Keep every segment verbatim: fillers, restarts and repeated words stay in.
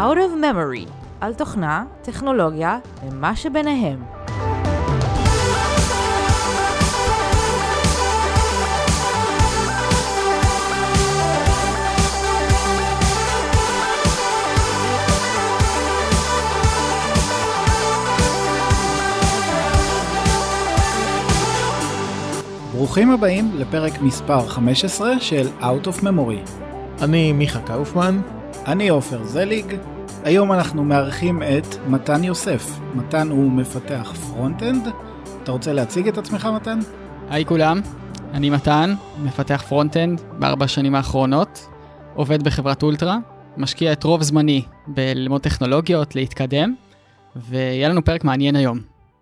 Out of Memory, על תוכנה, טכנולוגיה ומה שביניהם. ברוכים הבאים לפרק מספר חמש עשרה של Out of Memory. אני מיכה קאופמן. אני עופר זליג. היום אנחנו מארחים את מתן יוסף. מתן הוא מפתח פרונט-אנד. אתה רוצה להציג את עצמך, מתן? היי כולם, אני מתן, מפתח פרונט-אנד בארבע שנים האחרונות, עובד בחברת אולטרה, משקיע את רוב זמני בללמוד טכנולוגיות, להתקדם, ויהיה לנו פרק מעניין היום.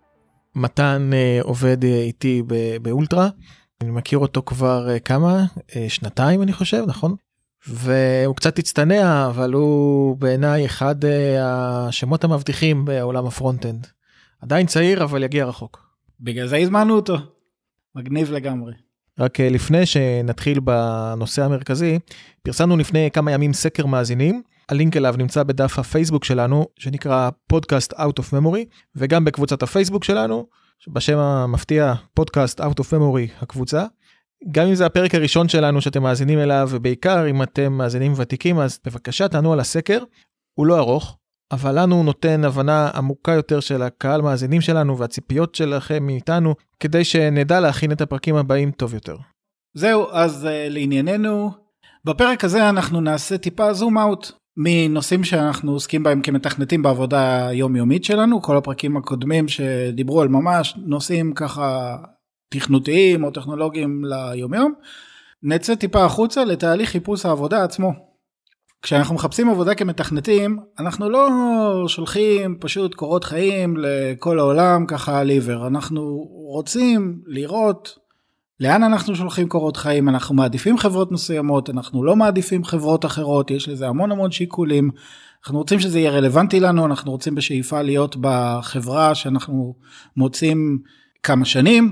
מתן uh, עובד uh, איתי באולטרה, אני מכיר אותו כבר uh, כמה, uh, שנתיים אני חושב, נכון? והוא קצת הצטנע, אבל הוא בעיניי אחד uh, השמות המבטיחים בעולם הפרונט-אנד. עדיין צעיר, אבל יגיע רחוק. בגלל זה הזמנו אותו. מגניב לגמרי. רק uh, לפני שנתחיל בנושא המרכזי, פרסמנו לפני כמה ימים סקר מאזינים, הלינק אליו נמצא בדף הפייסבוק שלנו, שנקרא פודקאסט Out of Memory, וגם בקבוצת הפייסבוק שלנו, בשם המפתיע פודקאסט Out of Memory הקבוצה. גם אם זה הפרק הראשון שלנו שאתם מאזינים אליו, ובעיקר אם אתם מאזינים ותיקים, אז בבקשה תענו על הסקר. הוא לא ארוך, אבל לנו הוא נותן הבנה עמוקה יותר של הקהל מאזינים שלנו, והציפיות שלכם מאיתנו, כדי שנדע להכין את הפרקים הבאים טוב יותר. זהו, אז uh, לענייננו, בפרק הזה אנחנו נעשה טיפה זום אאוט, מנושאים שאנחנו עוסקים בהם כמתכנתים בעבודה היומיומית שלנו, כל הפרקים הקודמים שדיברו על ממש נושאים ככה תכנותיים או טכנולוגיים ליומיום, נצא טיפה החוצה לתהליך חיפוש העבודה עצמו. כשאנחנו מחפשים עבודה כמתכנתים, אנחנו לא שולחים פשוט קורות חיים לכל העולם ככה ליבר, אנחנו רוצים לראות לאן אנחנו שולחים קורות חיים, אנחנו מעדיפים חברות מסוימות, אנחנו לא מעדיפים חברות אחרות, יש לזה המון המון שיקולים, אנחנו רוצים שזה יהיה רלוונטי לנו, אנחנו רוצים בשאיפה להיות בחברה שאנחנו מוצאים כמה שנים,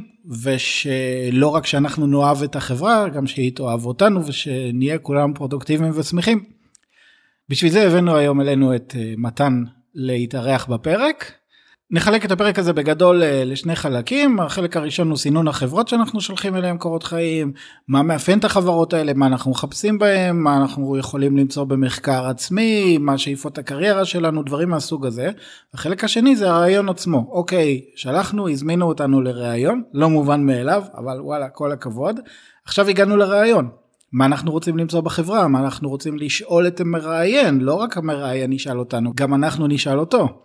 ושלא רק שאנחנו נאהב את החברה, גם שהיא תאהב אותנו, ושנהיה כולם פרודוקטיביים ושמחים. בשביל זה הבאנו היום אלינו את מתן להתארח בפרק, נחלק את הפרק הזה בגדול לשני חלקים. החלק הראשון הוא סינון החברות שאנחנו שולחים אליהם קורות חיים, מה מאפיין את החברות האלה, מה אנחנו מחפשים בהם, מה אנחנו יכולים למצוא במחקר עצמי, מה שאיפות הקריירה שלנו, דברים מהסוג הזה. החלק השני זה הרעיון עצמו. אוקיי, שלחנו, הזמינו אותנו לרעיון, לא מובן מאליו, אבל וואלה, כל הכבוד. עכשיו הגענו לרעיון. מה אנחנו רוצים למצוא בחברה, מה אנחנו רוצים לשאול את המראיין, לא רק המראיין נשאל אותנו, גם אנחנו נשאל אותו.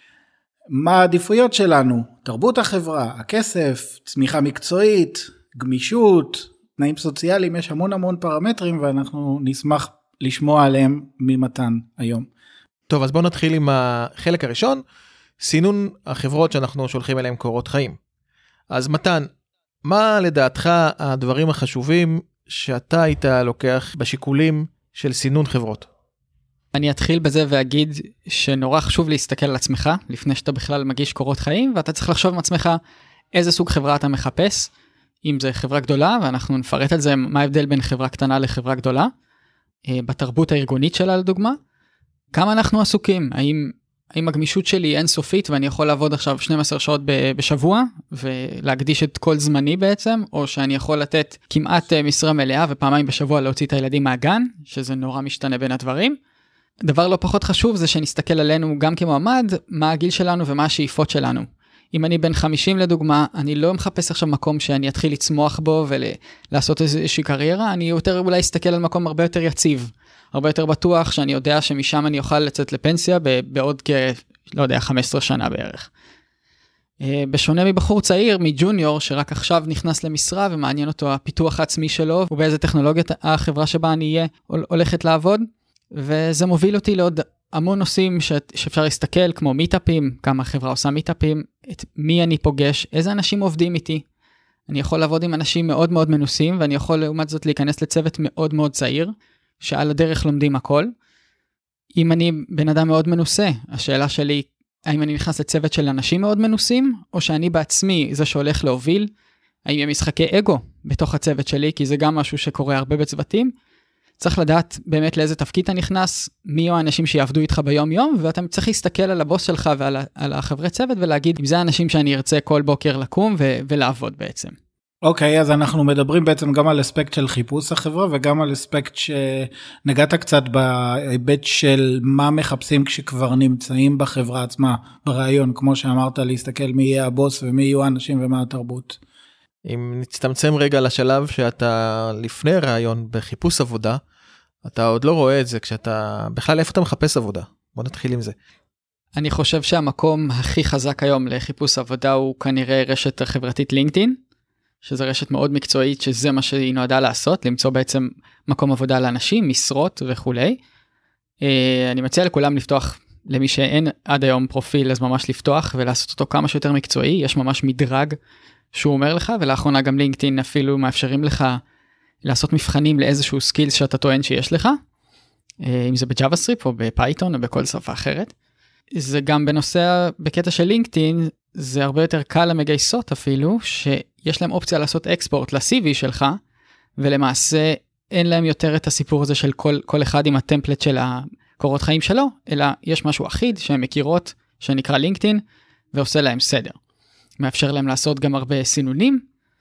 מה העדיפויות שלנו? תרבות החברה, הכסף, צמיחה מקצועית, גמישות, תנאים סוציאליים, יש המון המון פרמטרים ואנחנו נשמח לשמוע עליהם ממתן היום. טוב, אז בואו נתחיל עם החלק הראשון, סינון החברות שאנחנו שולחים אליהם קורות חיים. אז מתן, מה לדעתך הדברים החשובים שאתה היית לוקח בשיקולים של סינון חברות? אני אתחיל בזה ואגיד שנורא חשוב להסתכל על עצמך, לפני שאתה בכלל מגיש קורות חיים, ואתה צריך לחשוב עם עצמך איזה סוג חברה אתה מחפש, אם זה חברה גדולה, ואנחנו נפרט על זה מה ההבדל בין חברה קטנה לחברה גדולה, בתרבות הארגונית שלה לדוגמה, כמה אנחנו עסוקים, האם, האם הגמישות שלי אינסופית, ואני יכול לעבוד עכשיו שתים עשרה שעות בשבוע, ולהקדיש את כל זמני בעצם, או שאני יכול לתת כמעט משרה מלאה, ופעמיים בשבוע להוציא את הילדים מהגן, שזה נורא משתנה בין הדברים. דבר לא פחות חשוב זה שנסתכל עלינו גם כמועמד, מה הגיל שלנו ומה השאיפות שלנו. אם אני בן חמישים לדוגמה, אני לא מחפש עכשיו מקום שאני אתחיל לצמוח בו ולעשות איזושהי קריירה, אני יותר אולי אסתכל על מקום הרבה יותר יציב, הרבה יותר בטוח שאני יודע שמשם אני אוכל לצאת לפנסיה בעוד כ, לא יודע, חמש עשרה שנה בערך. בשונה מבחור צעיר, מג'וניור, שרק עכשיו נכנס למשרה ומעניין אותו הפיתוח העצמי שלו, ובאיזה טכנולוגיות החברה שבה אני אהיה הולכת לעבוד, וזה מוביל אותי לעוד המון נושאים ש... שאפשר להסתכל, כמו מיטאפים, כמה החברה עושה מיטאפים, את מי אני פוגש, איזה אנשים עובדים איתי. אני יכול לעבוד עם אנשים מאוד מאוד מנוסים, ואני יכול לעומת זאת להיכנס לצוות מאוד מאוד צעיר, שעל הדרך לומדים הכל. אם אני בן אדם מאוד מנוסה, השאלה שלי, האם אני נכנס לצוות של אנשים מאוד מנוסים, או שאני בעצמי זה שהולך להוביל, האם יהיה משחקי אגו בתוך הצוות שלי, כי זה גם משהו שקורה הרבה בצוותים, צריך לדעת באמת לאיזה תפקיד אתה נכנס, מי יהיו האנשים שיעבדו איתך ביום יום, ואתה צריך להסתכל על הבוס שלך ועל על החברי צוות, ולהגיד, אם זה האנשים שאני ארצה כל בוקר לקום ו- ולעבוד בעצם. אוקיי, okay, אז אנחנו מדברים בעצם גם על אספקט של חיפוש החברה, וגם על אספקט שנגעת קצת בהיבט של מה מחפשים כשכבר נמצאים בחברה עצמה, ברעיון, כמו שאמרת, להסתכל מי יהיה הבוס ומי יהיו האנשים ומה התרבות. אם נצטמצם רגע לשלב שאתה לפני רעיון בחיפוש עבודה, אתה עוד לא רואה את זה כשאתה, בכלל איפה אתה מחפש עבודה? בוא נתחיל עם זה. אני חושב שהמקום הכי חזק היום לחיפוש עבודה הוא כנראה רשת חברתית לינקדאין, שזה רשת מאוד מקצועית, שזה מה שהיא נועדה לעשות, למצוא בעצם מקום עבודה לאנשים, משרות וכולי. אני מציע לכולם לפתוח, למי שאין עד היום פרופיל, אז ממש לפתוח ולעשות אותו כמה שיותר מקצועי, יש ממש מדרג שהוא אומר לך, ולאחרונה גם לינקדאין אפילו מאפשרים לך לעשות מבחנים לאיזשהו סקילס שאתה טוען שיש לך, אם זה בג'אווה-סקריפט או בפייתון או בכל שפה אחרת. זה גם בנושא, בקטע של לינקדאין, זה הרבה יותר קל למגייסות אפילו, שיש להם אופציה לעשות אקספורט ל-סי וי שלך, ולמעשה אין להם יותר את הסיפור הזה של כל, כל אחד עם הטמפלט של הקורות חיים שלו, אלא יש משהו אחיד שהן מכירות, שנקרא לינקדאין, ועושה להם סדר. מאפשר להם לעשות גם הרבה סינונים,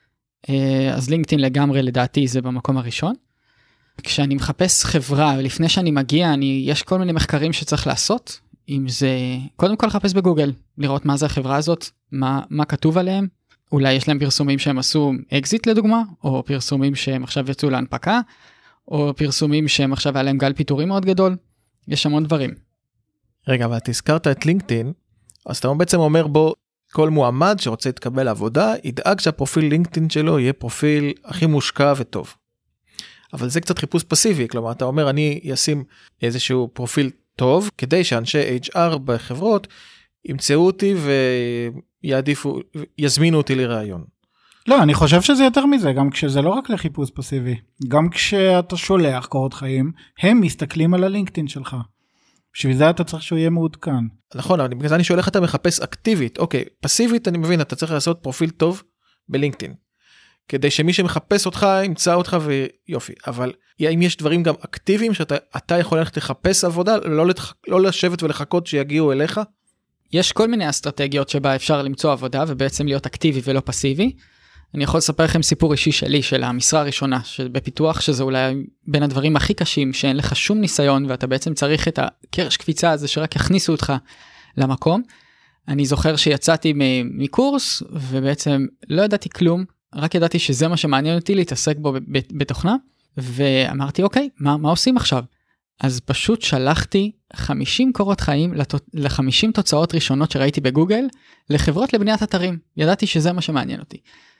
אז לינקדאין לגמרי לדעתי זה במקום הראשון. כשאני מחפש חברה, ולפני שאני מגיע, אני, יש כל מיני מחקרים שצריך לעשות, אם זה, קודם כל לחפש בגוגל, לראות מה זה החברה הזאת, מה, מה כתוב עליהם, אולי יש להם פרסומים שהם עשו אקזיט לדוגמה, או פרסומים שהם עכשיו יצאו להנפקה, או פרסומים שהם עכשיו היה להם גל פיטורים מאוד גדול, יש המון דברים. רגע, אבל תזכרת את לינקדאין, אז אתה בעצם אומר בו, כל מועמד שרוצה להתקבל לעבודה, ידאג שהפרופיל לינקדאין שלו יהיה פרופיל הכי מושקע וטוב. אבל זה קצת חיפוש פסיבי, כלומר, אתה אומר, אני אשים איזשהו פרופיל טוב, כדי שאנשי אייץ' אר בחברות ימצאו אותי ויעדיפו, יזמינו אותי לרעיון. לא, אני חושב שזה יותר מזה, גם כשזה לא רק לחיפוש פסיבי, גם כשאתה שולח קורות חיים, הם מסתכלים על הלינקדאין שלך. בשביל זה אתה צריך שהוא יהיה מעודכן. נכון, אבל בגלל זה אני שואל איך אתה מחפש אקטיבית. אוקיי, פסיבית אני מבין, אתה צריך לעשות פרופיל טוב בלינקדאין. כדי שמי שמחפש אותך ימצא אותך ויופי. אבל אם יש דברים גם אקטיביים שאתה אתה יכול ללכת לחפש עבודה, לא, לתח, לא לשבת ולחכות שיגיעו אליך? יש כל מיני אסטרטגיות שבה אפשר למצוא עבודה ובעצם להיות אקטיבי ולא פסיבי. אני יכול לספר לכם סיפור אישי שלי, של המשרה הראשונה, בפיתוח, שזה אולי בין הדברים הכי קשים, שאין לך שום ניסיון, ואתה בעצם צריך את הקרש קפיצה הזה, שרק יכניסו אותך למקום. אני זוכר שיצאתי מקורס, ובעצם לא ידעתי כלום, רק ידעתי שזה מה שמעניין אותי להתעסק בו בתוכנה, ואמרתי, אוקיי, מה, מה עושים עכשיו? אז פשוט שלחתי חמישים קורות חיים ל-חמישים תוצאות ראשונות שראיתי בגוגל, לחברות לבניית אתרים. ידעתי שזה מה שמעניין אותי.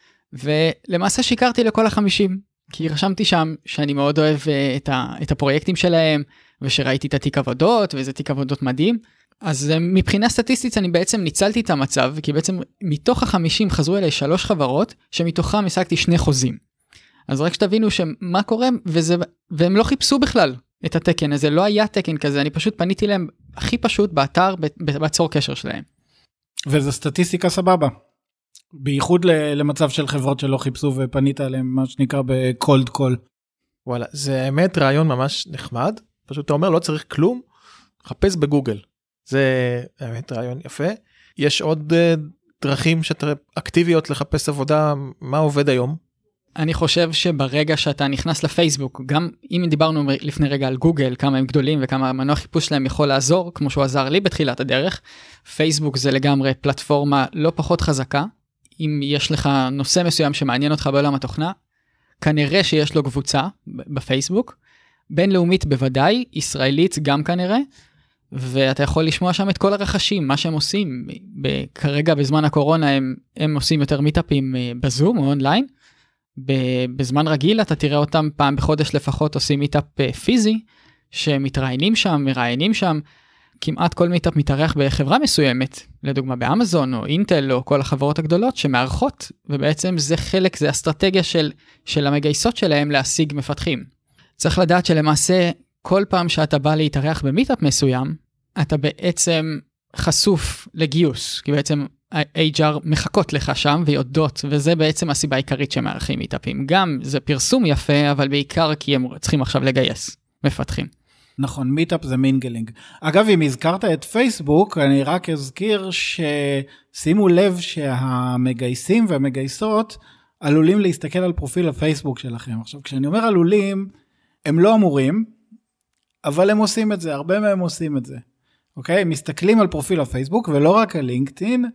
ולמעשה שיקרתי לכל החמישים, כי רשמתי שם שאני מאוד אוהב את, ה, את הפרויקטים שלהם, ושראיתי את התיק עבודות, וזה תיק עבודות מדהים. אז מבחינה סטטיסטית אני בעצם ניצלתי את המצב, כי בעצם מתוך החמישים חזרו אליי שלוש חברות, שמתוכם השגתי שני חוזים. אז רק שתבינו שמה קורה, וזה, והם לא חיפשו בכלל את התקן הזה, לא היה תקן כזה, אני פשוט פניתי להם הכי פשוט באתר, בצור קשר שלהם. וזה סטטיסטיקה סבבה. בייחוד למצב של חברות שלא חיפשו ופנית עליהם, מה שנקרא בקולד קול. וואלה, זה האמת רעיון ממש נחמד, פשוט אתה אומר לא צריך כלום, חפש בגוגל. זה האמת רעיון יפה. יש עוד uh, דרכים שאתה אקטיביות לחפש עבודה, מה עובד היום? אני חושב שברגע שאתה נכנס לפייסבוק, גם אם דיברנו לפני רגע על גוגל, כמה הם גדולים וכמה המנוע חיפוש שלהם יכול לעזור, כמו שהוא עזר לי בתחילת הדרך, פייסבוק זה לגמרי פלטפורמה לא פחות חזקה, אם יש לך נושא מסוים שמעניין אותך בעולם התוכנה, כנראה שיש לו קבוצה בפייסבוק, בינלאומית בוודאי, ישראלית גם כנראה, ואתה יכול לשמוע שם את כל הרכשים, מה שהם עושים. כרגע בזמן הקורונה הם, הם עושים יותר מיטאפים בזום או אונליין, בזמן רגיל אתה תראה אותם פעם בחודש לפחות עושים מיטאפ פיזי, שמתראיינים שם, מראיינים שם, כמעט כל מיטאפ מתארח בחברה מסוימת, לדוגמה באמזון או אינטל או כל החברות הגדולות שמארחות, ובעצם זה חלק, זה אסטרטגיה של, של המגייסות שלהם להשיג מפתחים. צריך לדעת שלמעשה כל פעם שאתה בא להתארח במיטאפ מסוים, אתה בעצם חשוף לגיוס, כי בעצם ה-אייץ' אר מחכות לך שם ויודעות, וזה בעצם הסיבה העיקרית שמארחים מיטאפים. גם זה פרסום יפה, אבל בעיקר כי הם צריכים עכשיו לגייס מפתחים. נכון, מיטאפ זה מינגלינג. אגב, אם הזכרת את פייסבוק, אני רק אזכיר ששימו לב שהמגייסים והמגייסות עלולים להסתכל על פרופיל הפייסבוק שלכם. עכשיו, כשאני אומר עלולים, הם לא אמורים, אבל הם עושים את זה, הרבה מהם עושים את זה. אוקיי? הם מסתכלים על פרופיל הפייסבוק, ולא רק על לינקדאין,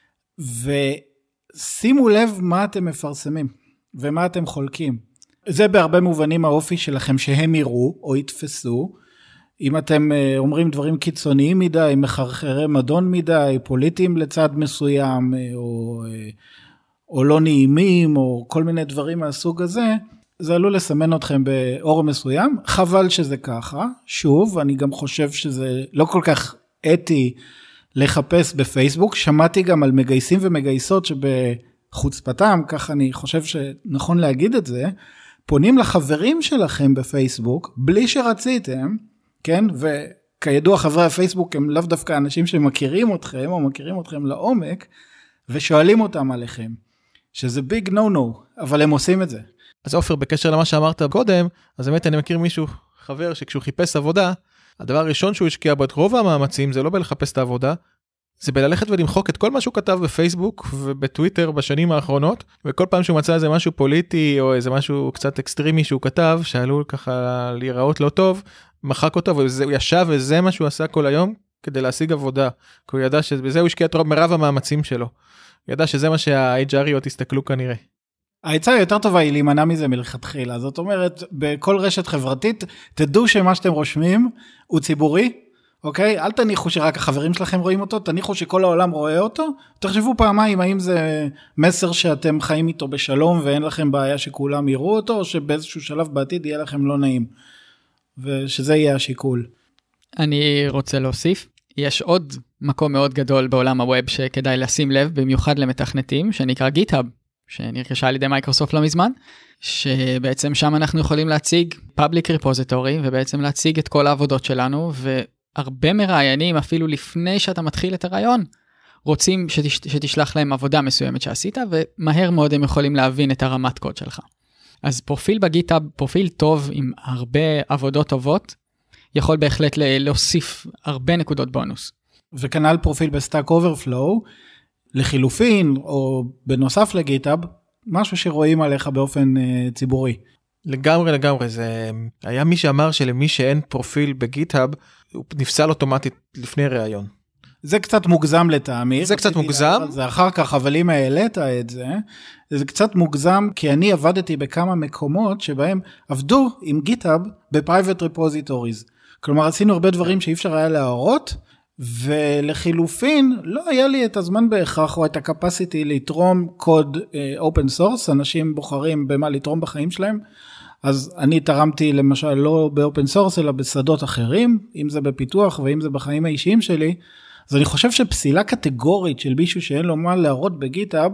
ושימו לב מה אתם מפרסמים, ומה אתם חולקים. זה בהרבה מובנים האופי שלכם, שהם יראו או יתפסו. אם אתם אומרים דברים קיצוניים מדי, מחרחרי מדון מדי, פוליטיים לצד מסוים, או, או לא נעימים, או כל מיני דברים מהסוג הזה, זה עלול לסמן אתכם באור מסוים. חבל שזה ככה. שוב, אני גם חושב שזה לא כל כך אתי לחפש בפייסבוק. שמעתי גם על מגייסים ומגייסות שבחוצפתם, כך אני חושב שנכון להגיד את זה, פונים לחברים שלכם בפייסבוק, בלי שרציתם, כן? וכידוע חברי הפייסבוק הם לאו דווקא אנשים שמכירים אתכם, או מכירים אתכם לעומק, ושואלים אותם עליכם, שזה ביג נו נו, אבל הם עושים את זה. אז עופר, בקשר למה שאמרת קודם, אז באמת אני מכיר מישהו, חבר, שכשהוא חיפש עבודה, הדבר הראשון שהוא השקיע בו את רוב המאמצים, זה לא בלחפש את העבודה, זה בללכת ולמחוק את כל מה שהוא כתב בפייסבוק ובטוויטר בשנים האחרונות, וכל פעם שהוא מצא איזה משהו פוליטי, או איזה משהו קצת אקסטרימי שהוא כתב, שעלול ככה להיראות לא טוב, מחק אותו, והוא ישב וזה מה שהוא עשה כל היום, כדי להשיג עבודה, כי הוא ידע שבזה הוא השקיע את מרב המאמצים שלו. הוא ידע שזה מה שה-אייץ' אר'יות הסתכלו כנראה. העצה היותר טובה היא להימנע מזה מלכתחילה. זאת אומרת, בכל רשת חברתית, תדעו שמה שאתם רושמים הוא ציבורי, אוקיי? אל תניחו שרק החברים שלכם רואים אותו, תניחו שכל העולם רואה אותו, תחשבו פעמיים האם זה מסר שאתם חיים איתו בשלום, ואין לכם בעיה שכולם יראו אותו, או שבאיזשהו שלב בעתיד יהיה לכם לא נעים. ושזה יהיה השיקול. אני רוצה להוסיף, יש עוד מקום מאוד גדול בעולם הווב שכדאי לשים לב, במיוחד למתכנתים, שנקרא GitHub, שנרכשה על ידי מייקרוסופט לא מזמן, שבעצם שם אנחנו יכולים להציג public repository, ובעצם להציג את כל העבודות שלנו, והרבה מראיינים, אפילו לפני שאתה מתחיל את הרעיון, רוצים שתש, שתשלח להם עבודה מסוימת שעשית, ומהר מאוד הם יכולים להבין את הרמת קוד שלך. אז פרופיל בגיטהאב, פרופיל טוב עם הרבה עבודות טובות, יכול בהחלט להוסיף הרבה נקודות בונוס. וכנ"ל פרופיל בסטאק אוברפלואו, לחילופין, או בנוסף לגיטהאב, משהו שרואים עליך באופן uh, ציבורי. לגמרי, לגמרי. זה היה מי שאמר שלמי שאין פרופיל בגיטהאב, הוא נפסל אוטומטית לפני ראיון. זה קצת מוגזם לטעמי. זה קצת מוגזם. זה אחר כך, אבל אם העלית את זה, זה קצת מוגזם, כי אני עבדתי בכמה מקומות שבהם עבדו עם גיטהאב בפרייבט ריפוזיטוריז. כלומר, עשינו הרבה דברים שאי אפשר היה להראות, ולחילופין, לא היה לי את הזמן בהכרח, או את הקפסיטי לתרום קוד אופן סורס, אנשים בוחרים במה לתרום בחיים שלהם, אז אני תרמתי למשל לא באופן סורס, אלא בשדות אחרים, אם זה בפיתוח ואם זה בחיים האישיים שלי, אז אני חושב שפסילה קטגורית של מישהו שאין לו מה להראות בגיטהאב,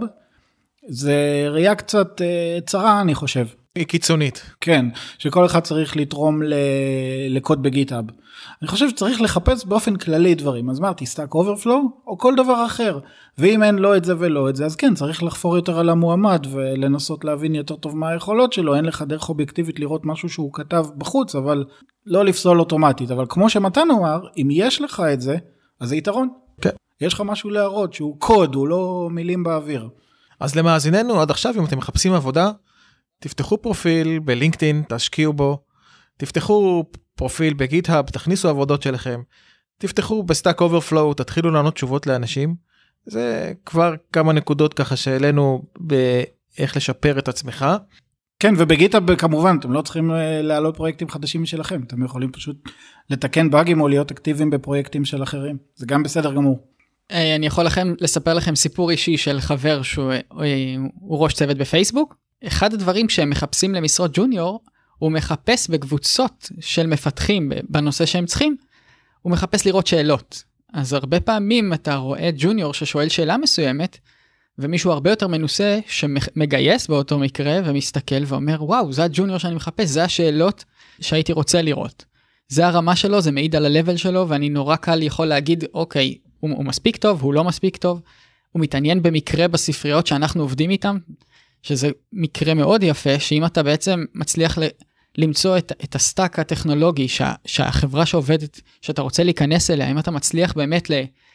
זה ראייה קצת uh, צרה, אני חושב. היא קיצונית. כן, שכל אחד צריך לתרום ל... לקוד בגיטהאב. אני חושב שצריך לחפש באופן כללי דברים. אז אמרתי, סטאק אוברפלואו, או כל דבר אחר. ואם אין לא את זה ולא את זה, אז כן, צריך לחפור יותר על המועמד, ולנסות להבין יותר טוב מה היכולות שלו. אין לך דרך אובייקטיבית לראות משהו שהוא כתב בחוץ, אבל לא לפסול אוטומטית. אבל כמו שמתן אמר, אם יש לך את זה, אז זה יתרון. כן. יש לך משהו להראות, שהוא קוד, הוא לא מילים באוויר. אז למאזיננו, עד עכשיו, אם אתם מחפשים עבודה, תפתחו פרופיל בלינקדאין, תשקיעו בו, תפתחו פרופיל בגיטהאב, תכניסו עבודות שלכם, תפתחו בסטאק אוברפלואו, תתחילו לענות תשובות לאנשים, זה כבר כמה נקודות ככה שאלינו באיך לשפר את עצמך. כן, ובגיטהאב כמובן, אתם לא צריכים להעלות פרויקטים חדשים משלכם, אתם יכולים פשוט לתקן באגים או להיות אקטיביים בפרויקטים של אחרים, זה גם בסדר גמור. אני יכול לכם לספר לכם סיפור אישי של חבר שהוא ראש צוות בפייסבוק, אחד הדברים שהם מחפשים למשרות ג'וניור, הוא מחפש בקבוצות של מפתחים בנושא שהם צריכים, הוא מחפש לראות שאלות. אז הרבה פעמים אתה רואה ג'וניור ששואל שאלה מסוימת, ומישהו הרבה יותר מנוסה שמגייס באותו מקרה, ומסתכל ואומר, וואו, זה הג'וניור שאני מחפש, זה השאלות שהייתי רוצה לראות. זה הרמה שלו, זה מעיד על הלבל שלו, ואני נורא קל יכול להגיד, אוקיי, הוא, הוא מספיק טוב, הוא לא מספיק טוב, הוא מתעניין במקרה בספריות שאנחנו עובדים איתם, שזה מקרה מאוד יפה, שאם אתה בעצם מצליח ל... למצוא את, את הסטאק הטכנולוגי שה, שהחברה שעובדת, שאתה רוצה להיכנס אליה, אם אתה מצליח באמת ל,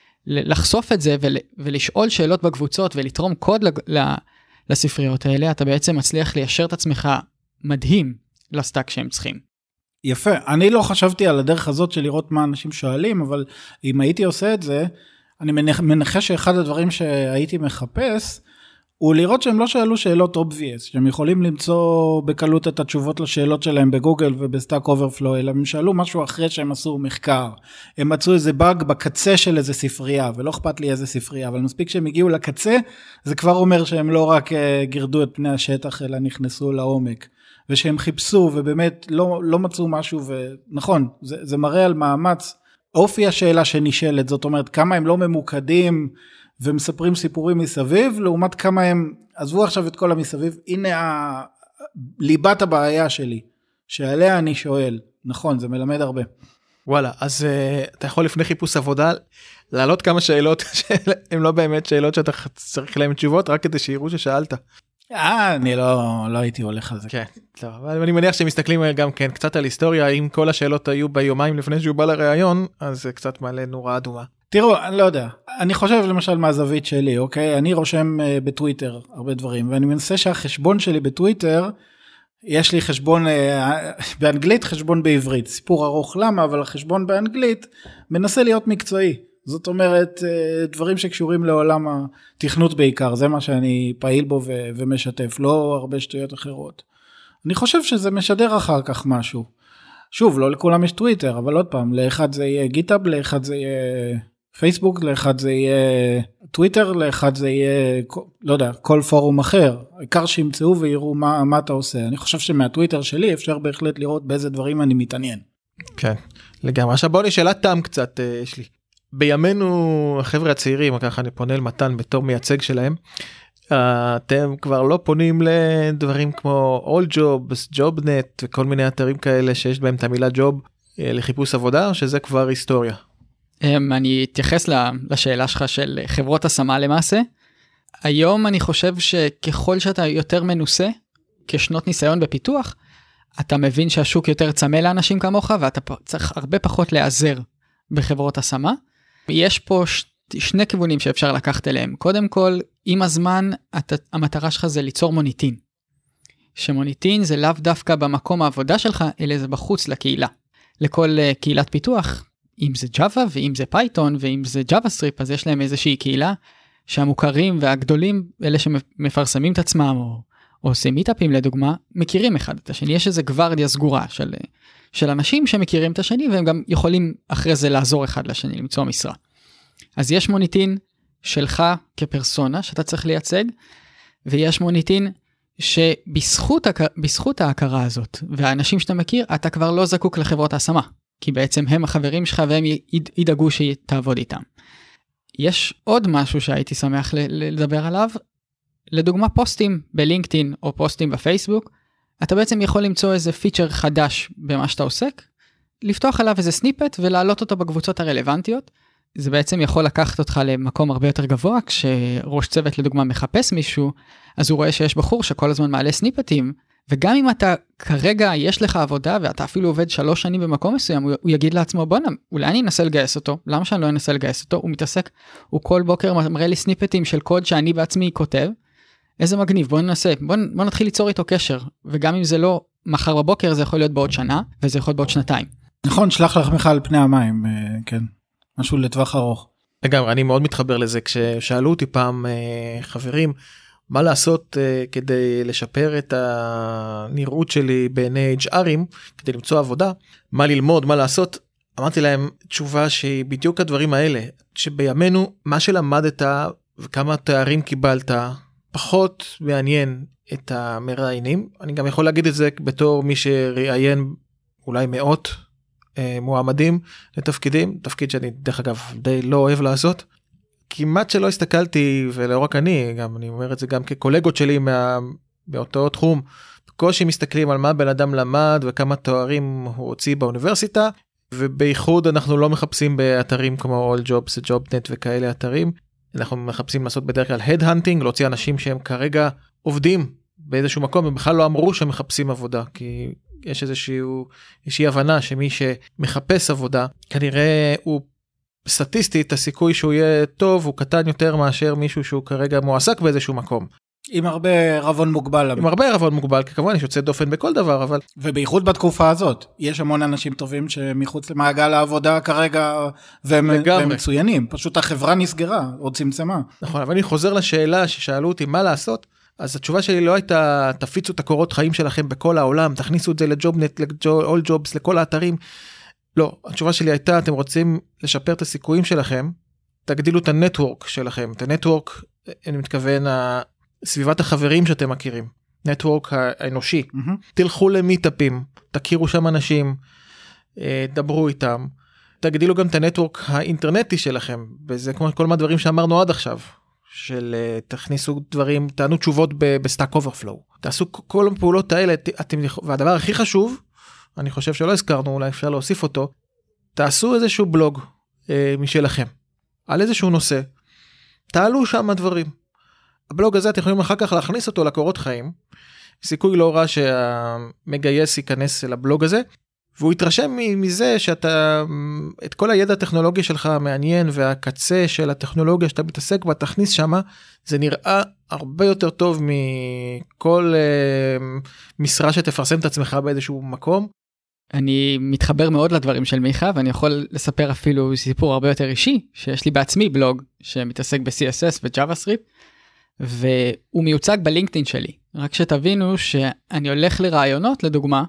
ל, לחשוף את זה ול, ולשאול שאלות בקבוצות ולתרום קוד ל, ל, לספריות האלה, אתה בעצם מצליח ליישר את עצמך מדהים לסטאק שהם צריכים. יפה, אני לא חשבתי על הדרך הזאת של לראות מה אנשים שואלים, אבל אם הייתי עושה את זה, אני מנחש שאחד הדברים שהייתי מחפש, הוא לראות שהם לא שאלו שאלות obvious, שהם יכולים למצוא בקלות את התשובות לשאלות שלהם בגוגל ובסטאק אוברפלו, אלא הם שאלו משהו אחרי שהם עשו מחקר, הם מצאו איזה באג בקצה של איזה ספרייה, ולא אכפת לי איזה ספרייה, אבל מספיק שהם הגיעו לקצה, זה כבר אומר שהם לא רק גירדו את פני השטח, אלא נכנסו לעומק, ושהם חיפשו ובאמת לא, לא מצאו משהו, ונכון, זה, זה מראה על מאמץ, אופי השאלה שנשאלת, זאת אומרת, כמה הם לא ממוקדים, ומספרים סיפורים מסביב, לעומת כמה הם, עזבו עכשיו את כל המסביב, הנה ה... ליבת הבעיה שלי, שעליה אני שואל, נכון, זה מלמד הרבה. וואלה, אז uh, אתה יכול לפני חיפוש עבודה, להעלות כמה שאלות, שהן לא באמת שאלות שאתה צריך להם תשובות, רק כדי שיראו ששאלת. אה, אני לא, לא הייתי הולך על זה. כן, לא, אבל אני מניח שמסתכלים גם כן קצת על היסטוריה, אם כל השאלות היו ביומיים לפני שהוא בא לראיון, אז זה קצת מעלה נורה אדומה. תראו, אני לא יודע, אני חושב למשל מהזווית שלי, אוקיי? אני רושם uh, בטוויטר הרבה דברים, ואני מנסה שהחשבון שלי בטוויטר, יש לי חשבון uh, באנגלית, חשבון בעברית, סיפור ארוך למה, אבל החשבון באנגלית מנסה להיות מקצועי, זאת אומרת, uh, דברים שקשורים לעולם התכנות בעיקר, זה מה שאני פעיל בו ו- ומשתף, לא הרבה שטויות אחרות. אני חושב שזה משדר אחר כך משהו, שוב, לא לכולם יש טוויטר, אבל עוד פעם, לאחד זה יהיה גיטאב, לאחד זה יהיה פייסבוק, לאחד זה יהיה טוויטר, לאחד זה יהיה, לא יודע, כל פורום אחר. העיקר שימצאו ויראו מה, מה אתה עושה. אני חושב שמהטוויטר שלי אפשר בהחלט לראות באיזה דברים אני מתעניין. כן, לגמרי. עכשיו בוא נשאלה תם קצת, יש לי. בימינו, החבר'ה הצעירים, ככה אני פונה למתן בתור מייצג שלהם, אתם כבר לא פונים לדברים כמו All Jobs, JobNet וכל מיני אתרים כאלה שיש בהם את המילה ג'וב לחיפוש עבודה, שזה כבר היסטוריה. אני אתייחס לשאלה שלך של חברות השמה למעשה. היום אני חושב שככל שאתה יותר מנוסה, כשנות ניסיון בפיתוח, אתה מבין שהשוק יותר צמא לאנשים כמוך, ואתה צריך הרבה פחות להיעזר בחברות השמה. יש פה ש... שני כיוונים שאפשר לקחת אליהם. קודם כל, עם הזמן, אתה, המטרה שלך זה ליצור מוניטין. שמוניטין זה לאו דווקא במקום העבודה שלך, אלא זה בחוץ לקהילה. לכל uh, קהילת פיתוח, אם זה ג'אווה ואם זה פייתון ואם זה ג'אווה-סטריפ, אז יש להם איזושהי קהילה שהמוכרים והגדולים, אלה שמפרסמים את עצמם או, או עושים מיטאפים לדוגמה, מכירים אחד את השני. יש איזו גוורדיה סגורה של, של אנשים שמכירים את השני, והם גם יכולים אחרי זה לעזור אחד לשני, למצוא משרה. אז יש מוניטין שלך כפרסונה שאתה צריך לייצג, ויש מוניטין שבזכות בזכות ההכרה הזאת, והאנשים שאתה מכיר, אתה כבר לא זקוק לחברות ההשמה, כי בעצם הם החברים שלך והם ידאגו שתעבוד איתם. יש עוד משהו שהייתי שמח לדבר עליו, לדוגמה פוסטים בלינקדאין או פוסטים בפייסבוק, אתה בעצם יכול למצוא איזה פיצ'ר חדש במה שאתה עוסק, לפתוח עליו איזה סניפט ולהעלות אותו בקבוצות הרלוונטיות, זה בעצם יכול לקחת אותך למקום הרבה יותר גבוה, כשראש צוות לדוגמה מחפש מישהו, אז הוא רואה שיש בחור שכל הזמן מעלה סניפטים, וגם אם אתה כרגע יש לך עבודה, ואתה אפילו עובד שלוש שנים במקום מסוים, הוא, הוא יגיד לעצמו, בוא, אולי אני אנסה לגייס אותו, למה שאני לא אנסה לגייס אותו? הוא מתעסק, הוא כל בוקר מראה לי סניפטים של קוד שאני בעצמי כותב, איזה מגניב, בוא ננסה, בוא, בוא נתחיל ליצור איתו קשר, וגם אם זה לא מחר בבוקר, זה יכול להיות בעוד שנה, וזה יכול להיות בעוד שנתיים. נכון, שלח לחמך על פני המים, כן. משהו לטווח ארוך. לגמרי, אני מאוד מתחבר לזה, כששאלו אותי פעם חברים, מה לעשות כדי לשפר את הנראות שלי בעיני אייץ' ארים, כדי למצוא עבודה, מה ללמוד, מה לעשות, אמרתי להם תשובה שהיא בדיוק הדברים האלה, שבימינו מה שלמדת וכמה תארים קיבלת, פחות מעניין את המראיינים, אני גם יכול להגיד את זה בתור מי שראיין אולי מאות, מועמדים לתפקידים, תפקיד שאני דרך אגב די לא אוהב לעשות, כמעט שלא הסתכלתי, ולא רק אני, גם אני אומר את זה גם כקולגות שלי מה, באותו תחום, בקושי מסתכלים על מה בן אדם למד, וכמה תוארים הוא הוציא באוניברסיטה, ובייחוד אנחנו לא מחפשים באתרים כמו All Jobs, JobNet וכאלה אתרים, אנחנו מחפשים לעשות בדרך כלל headhunting, להוציא אנשים שהם כרגע עובדים באיזשהו מקום, הם בכלל לא אמרו שהם מחפשים עבודה, כי יש איזשהו, איזושהי הבנה שמי שמחפש עבודה, כנראה הוא סטטיסטית, הסיכוי שהוא יהיה טוב, הוא קטן יותר מאשר מישהו שהוא כרגע מועסק באיזשהו מקום. עם הרבה רבון מוגבל. עם הרבה רבון מוגבל, כי כמובן יש יוצא דופן בכל דבר, אבל... ובייחוד בתקופה הזאת, יש המון אנשים טובים שמחוץ למעגל העבודה כרגע, והם, והם מצוינים, פשוט החברה נסגרה, או צמצמה. נכון, אבל אני חוזר לשאלה ששאלו אותי מה לעשות, אז התשובה שלי לא הייתה, תפיצו את הקורות חיים שלכם בכל העולם, תכניסו את זה לג'ובנט, ל-all jobs, לכל האתרים. לא, התשובה שלי הייתה, אתם רוצים לשפר את הסיכויים שלכם, תגדילו את הנטוורק שלכם, את הנטוורק, אני מתכוון, סביבת החברים שאתם מכירים, נטוורק האנושי, mm-hmm. תלכו למיטאפים, תכירו שם אנשים, דברו איתם, תגדילו גם את הנטוורק האינטרנטי שלכם, וזה כמו כל מהדברים שאמרנו עד עכשיו, של תכניסו דברים, תענו תשובות בסטאק אוברפלואו, תעשו כל הפעולות האלה, אתם, והדבר הכי חשוב, אני חושב שלא הזכרנו, אולי אפשר להוסיף אותו, תעשו איזשהו בלוג אה, משלכם, על איזשהו נושא, תעלו שם הדברים. הבלוג הזה אתם יכולים אחר כך להכניס אותו לקורות חיים, סיכוי לא רע שהמגייס ייכנס לבלוג הזה, והוא יתרשם מזה שאתה, את כל הידע הטכנולוגי שלך מעניין, והקצה של הטכנולוגיה שאתה מתעסק בה, תכניס שמה, זה נראה הרבה יותר טוב מכל uh, משרה שתפרסם את עצמך באיזשהו מקום. אני מתחבר מאוד לדברים של מיכה, ואני יכול לספר אפילו סיפור הרבה יותר אישי, שיש לי בעצמי בלוג שמתעסק ב-סי אס אס ו-JavaScript, והוא מיוצג בלינקדאין שלי. רק שתבינו שאני הולך לרעיונות, לדוגמה,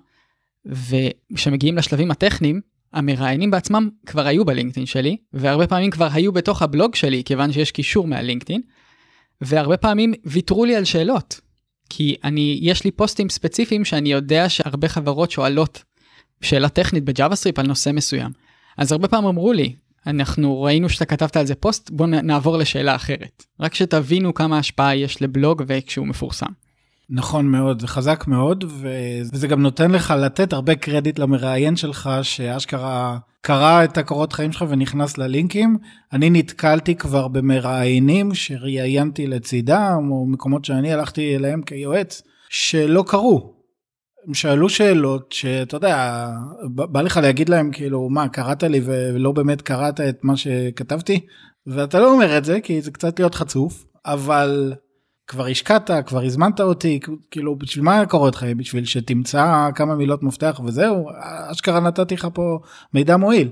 וכשמגיעים לשלבים הטכניים, המראיינים בעצמם כבר היו בלינקדאין שלי, והרבה פעמים כבר היו בתוך הבלוג שלי, כיוון שיש קישור מהלינקדאין, והרבה פעמים ויתרו לי על שאלות, כי אני, יש לי פוסטים ספציפיים שאני יודע שהרבה חברות שואלות שאלה טכנית ב-JavaScript על נושא מסוים. אז הרבה פעמים אמרו לי, אנחנו ראינו שאתה כתבת על זה פוסט, בוא נעבור לשאלה אחרת. רק שתבינו כמה השפעה יש לבלוג וכשהוא מפורסם. נכון מאוד, זה חזק מאוד, וזה גם נותן לך לתת הרבה קרדיט למראיין שלך, שאשכרה קרא את הקורות חיים שלך ונכנס ללינקים. אני נתקלתי כבר במראיינים שראיינתי לצידם, או מקומות שאני הלכתי אליהם כיועץ, שלא קראו. הם שאלו שאלות שאתה יודע, בא לך להגיד להם כאילו, מה, קראת לי ולא באמת קראת את מה שכתבתי? ואתה לא אומר את זה, כי זה קצת להיות חצוף, אבל כבר השקעת, כבר הזמנת אותי, כאילו, בשביל מה קורא אותך? בשביל שתמצא כמה מילות מפתח וזהו, אשכרה נתתי לך פה מידע מועיל.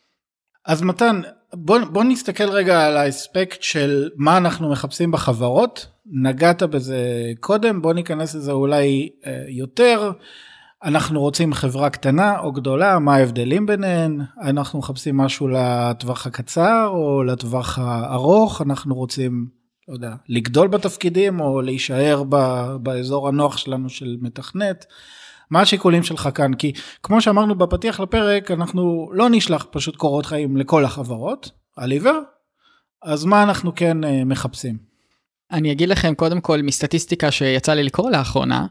אז מתן, בוא, בוא נסתכל רגע על האספקט של מה אנחנו מחפשים בחברות, נגעת בזה קודם, בוא ניכנס לזה אולי אה, יותר, אנחנו רוצים חברה קטנה או גדולה, מה ההבדלים ביניהן, אנחנו מחפשים משהו לטווח הקצר או לטווח הארוך, אנחנו רוצים, לא יודע, לגדול בתפקידים או להישאר ב, באזור הנוח שלנו של מתכנת, מה השיקולים שלך כאן? כי כמו שאמרנו בפתיח לפרק, אנחנו לא נשלח פשוט קורות חיים לכל החברות, על עיוור, אז מה אנחנו כן מחפשים? אני אגיד לכם קודם כל מסטטיסטיקה שיצא לי לקרוא לאחרונה,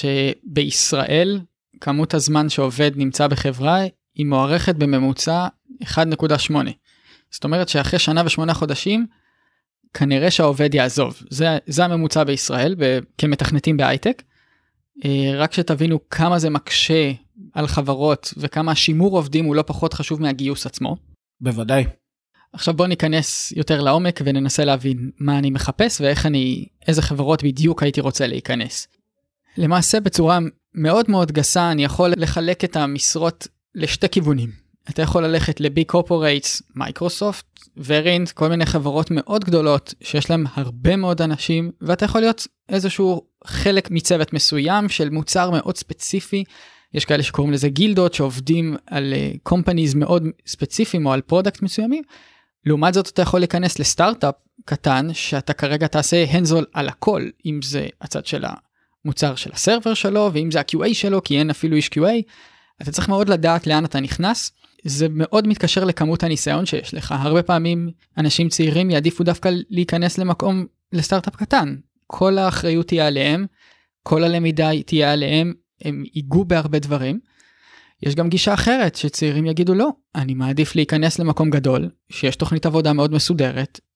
שבישראל כמות הזמן שעובד נמצא בחברה היא מוערכת בממוצע אחת נקודה שמונה. זאת אומרת שאחרי שנה ושמונה חודשים, כנראה שהעובד יעזוב. זה, זה הממוצע בישראל, כמתכנתים בהייטק. רק שתבינו כמה זה מקשה על חברות, וכמה השימור עובדים הוא לא פחות חשוב מהגיוס עצמו. בוודאי. עכשיו בוא ניכנס יותר לעומק וננסה להבין מה אני מחפש ואיך אני, איזה חברות בדיוק הייתי רוצה להיכנס. למעשה בצורה מאוד מאוד גסה אני יכול לחלק את המשרות לשתי כיוונים. אתה יכול ללכת לביג קורפורייטס, מייקרוסופט, ורינט, כל מיני חברות מאוד גדולות שיש להם הרבה מאוד אנשים, ואתה יכול להיות איזשהו חלק מצוות מסוים של מוצר מאוד ספציפי. יש כאלה שקוראים לזה גילדות שעובדים על קומפניז מאוד ספציפיים או על פרודקט מסוימים. לעומת זאת אתה יכול להיכנס לסטארט-אפ קטן שאתה כרגע תעשה הנזול על הכל, אם זה הצד של המוצר של הסרבר שלו ואם זה ה-קיו איי שלו, כי אין אפילו איש קיו איי. אתה צריך מאוד לדעת לאן אתה נכנס. זה מאוד מתקשר לכמות הניסיון שיש לך. הרבה פעמים אנשים צעירים יעדיפו דווקא להיכנס למקום לסטארט-אפ קטן. כל האחריות תהיה עליהם, כל הלמידה תהיה עליהם, הם ייגעו בהרבה דברים. יש גם גישה אחרת שצעירים יגידו לא, אני מעדיף להיכנס למקום גדול, שיש תוכנית עבודה מאוד מסודרת,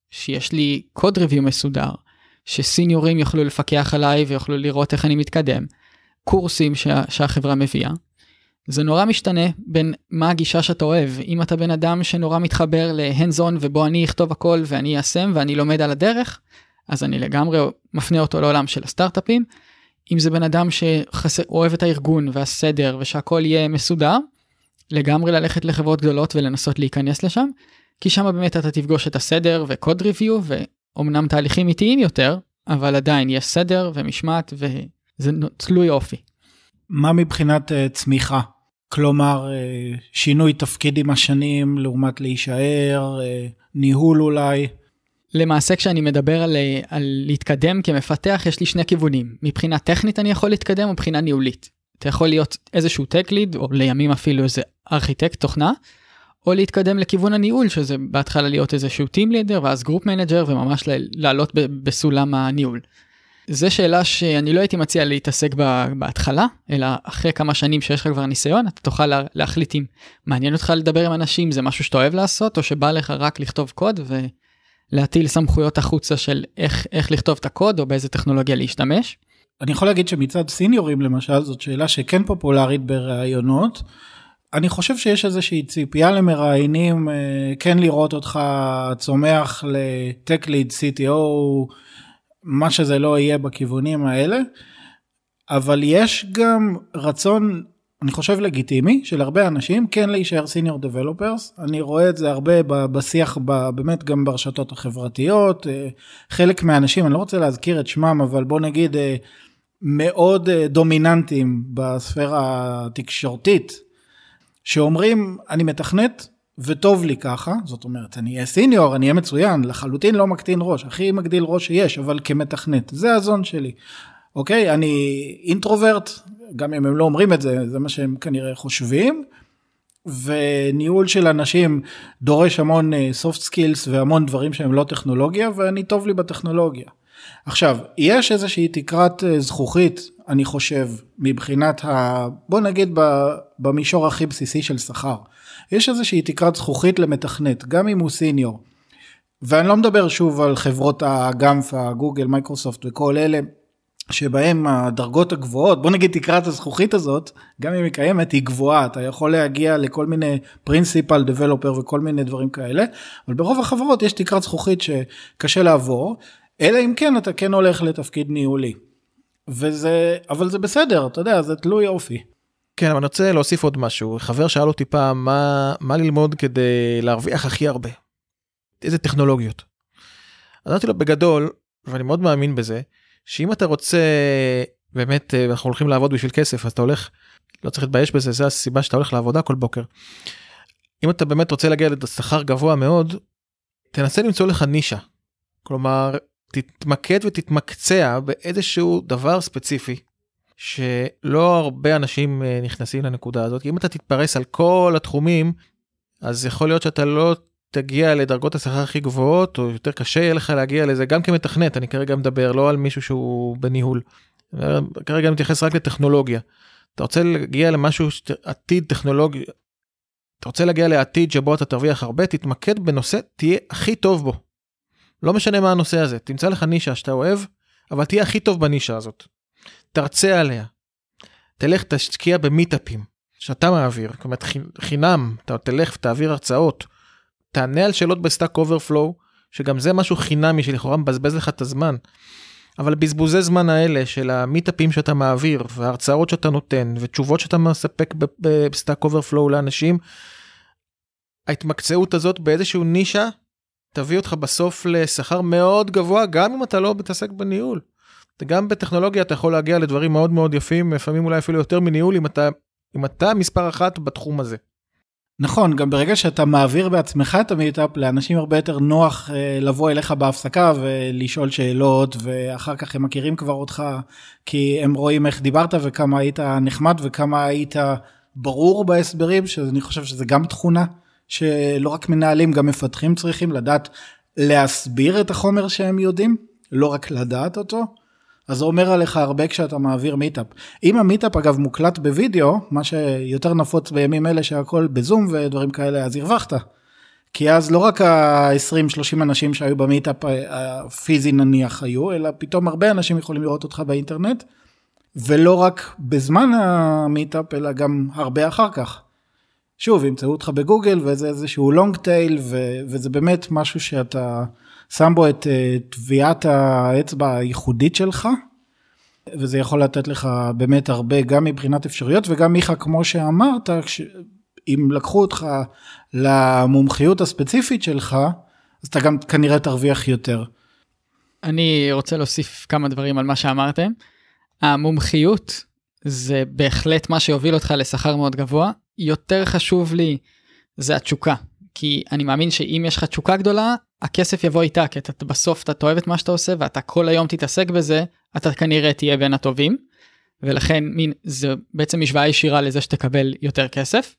שיש לי קוד ריוויו מסודר, שסיניורים יוכלו לפקח עליי ויוכלו לראות איך אני מתקדם, קורסים שה, שהחברה מביאה. זה נורא משתנה בין מה הגישה שאתה אוהב. אם אתה בן אדם שנורא מתחבר להנדס-און ובו אני אכתוב הכל ואני איישם ואני לומד על הדרך, אז אני לגמרי מפנה אותו לעולם של הסטארט-אפים. אם זה בן אדם שאוהב את הארגון והסדר ושהכל יהיה מסודר, לגמרי ללכת לחברות גדולות ולנסות להיכנס לשם, כי שם באמת אתה תפגוש את הסדר וקוד ריוויו, ואומנם תהליכים איטיים יותר, אבל עדיין יש סדר ומשמעת וזה תלוי אופי. מה מבחינת uh, צמיחה? כלומר, uh, שינוי תפקיד עם השנים, לעומת להישאר, uh, ניהול אולי? למעשה כשאני מדבר על, על להתקדם כמפתח, יש לי שני כיוונים. מבחינה טכנית אני יכול להתקדם, מבחינה ניהולית. אתה יכול להיות איזשהו טק ליד, או לימים אפילו איזה ארכיטקט תוכנה, או להתקדם לכיוון הניהול, שזה בהתחלה להיות איזשהו טים לידר, ואז גרופ מנג'ר, וממש לעלות בסולם הניהול. זו שאלה שאני לא הייתי מציע להתעסק בהתחלה, אלא אחרי כמה שנים שיש לך כבר ניסיון, אתה תוכל להחליט אם מעניין אותך לדבר עם אנשים, זה משהו שאתה אוהב לעשות, או שבא לך רק לכתוב קוד, ולהטיל סמכויות החוצה של איך, איך לכתוב את הקוד, או באיזה טכנולוגיה להשתמש. אני יכול להגיד שמצד סיניורים למשל, זאת שאלה שכן פופולרית ברעיונות, אני חושב שיש איזושהי ציפייה למראיינים, כן לראות אותך צומח לטק ליד, סי טי או, מה שזה לא יהיה בכיוונים האלה, אבל יש גם רצון, אני חושב לגיטימי, של הרבה אנשים, כן להישאר סיניור דבלופרס, אני רואה את זה הרבה בשיח, באמת גם ברשתות החברתיות, חלק מהאנשים, אני לא רוצה להזכיר את שמם, אבל בוא נגיד, מאוד דומיננטיים בספירה התקשורתית, שאומרים, אני מתכנת וטוב לי ככה, זאת אומרת, אני אהיה סיניור, אני אהיה מצוין, לחלוטין לא מקטין ראש, הכי מגדיל ראש שיש, אבל כמתכנת, זה הזון שלי. אוקיי, אני אינטרוברט, גם אם הם לא אומרים את זה, זה מה שהם כנראה חושבים, וניהול של אנשים דורש המון soft skills והמון דברים שהם לא טכנולוגיה, ואני טוב לי בטכנולוגיה. עכשיו, יש איזושהי תקרת זכוכית, אני חושב, מבחינת ה... בוא נגיד במישור הכי בסיסי של שכר. יש איזושהי תקרת זכוכית למתכנת, גם אם הוא סיניור. ואני לא מדבר שוב על חברות הגאמפ, הגוגל, מייקרוסופט וכל אלה, שבהם הדרגות הגבוהות, בוא נגיד תקרת הזכוכית הזאת, גם אם היא קיימת, היא גבוהה, אתה יכול להגיע לכל מיני פרינסיפל דבלופר וכל מיני דברים כאלה, אבל ברוב החברות יש תקרת זכוכית שקשה לעבור, אלא אם כן אתה כן הולך לתפקיד ניהולי. וזה, אבל זה בסדר, אתה יודע, זה תלוי אופי. כן, אבל אני רוצה להוסיף עוד משהו. חבר שאל אותי פעם, מה, מה ללמוד כדי להרוויח הכי הרבה? איזה טכנולוגיות? אמרתי לו בגדול, ואני מאוד מאמין בזה, שאם אתה רוצה, באמת, אנחנו הולכים לעבוד בשביל כסף, אז אתה הולך, לא צריך להתבייש בזה, זה הסיבה שאתה הולך לעבודה כל בוקר. אם אתה באמת רוצה להגיע לשכר גבוה מאוד, תנסה למצוא לך נישה. כלומר, תתמקד ותתמקצע באיזשהו דבר ספציפי, שלא הרבה אנשים נכנסים לנקודה הזאת. כי אם אתה תתפרס על כל התחומים, אז יכול להיות שאתה לא תגיע לדרגות השכר הכי גבוהות, או יותר קשה יהיה לך להגיע לזה, גם כמתכנת, אני כרגע מדבר, לא על מישהו שהוא בניהול. כרגע מתייחס רק לטכנולוגיה. אתה רוצה להגיע למשהו, עתיד טכנולוגי, אתה רוצה להגיע לעתיד שבו אתה תרוויח הרבה, תתמקד בנושא, תהיה הכי טוב בו. לא משנה מה הנושא הזה, תמצא לך נישה שאתה אוהב, אבל תהיה הכי טוב בנישה הזאת. תרצה עליה. תלך תשקיע במיטאפים, שאתה מעביר, כלומר חינם, אתה תלך ותעביר הרצאות, תענה על שאלות בסטאק אוברפלואו, שגם זה משהו חינמי שלכאורה מבזבז לך את הזמן, אבל בזבוזי זמן האלה של המיטאפים שאתה מעביר, וההרצאות שאתה נותן, ותשובות שאתה מספק בסטאק אוברפלואו לאנשים, ההתמקצעות הזאת באיזשהו נישה, תביא אותך בסוף לשכר מאוד גבוה, גם אם אתה לא מתעסק בניהול. גם בטכנולוגיה אתה יכול להגיע לדברים מאוד מאוד יפים, לפעמים אולי אפילו יותר מניהול, אם אתה, אם אתה מספר אחת בתחום הזה. נכון, גם ברגע שאתה מעביר בעצמך את המיטאפ, לאנשים הרבה יותר נוח לבוא אליך בהפסקה ולשאול שאלות, ואחר כך הם מכירים כבר אותך, כי הם רואים איך דיברת וכמה היית נחמד וכמה היית ברור בהסברים, שאני חושב שזה גם תכונה, שלא רק מנהלים, גם מפתחים צריכים לדעת להסביר את החומר שהם יודעים, לא רק לדעת אותו. אז זה אומר עליך הרבה כשאתה מעביר מיטאפ. אם המיטאפ אגב מוקלט בווידאו, מה שיותר נפוץ בימים אלה שהכל בזום ודברים כאלה, אז הרווחת. כי אז לא רק ה-עשרים שלושים אנשים שהיו במיטאפ הפיזי נניח היו, אלא פתאום הרבה אנשים יכולים לראות אותך באינטרנט, ולא רק בזמן המיטאפ, אלא גם הרבה אחר כך. שוב, ימצאו אותך בגוגל, וזה איזשהו לונג טייל, וזה באמת משהו שאתה שם בו את טביעת האצבע הייחודית שלך, וזה יכול לתת לך באמת הרבה, גם מבחינת אפשרויות, וגם מיכה, כמו שאמרת, אם לקחו אותך למומחיות הספציפית שלך, אז אתה גם כנראה תרוויח יותר. אני רוצה להוסיף כמה דברים על מה שאמרתם. המומחיות זה בהחלט מה שיוביל אותך לשכר מאוד גבוה. יותר חשוב לי זה התשוקה. כי אני מאמין שאם יש לך תשוקה גדולה, הכסף יבוא איתה, כי אתה, בסוף אתה תאהב את מה שאתה עושה, ואתה כל היום תתעסק בזה, אתה כנראה תהיה בין הטובים. ולכן מין, זה בעצם משוואה ישירה לזה שתקבל יותר כסף.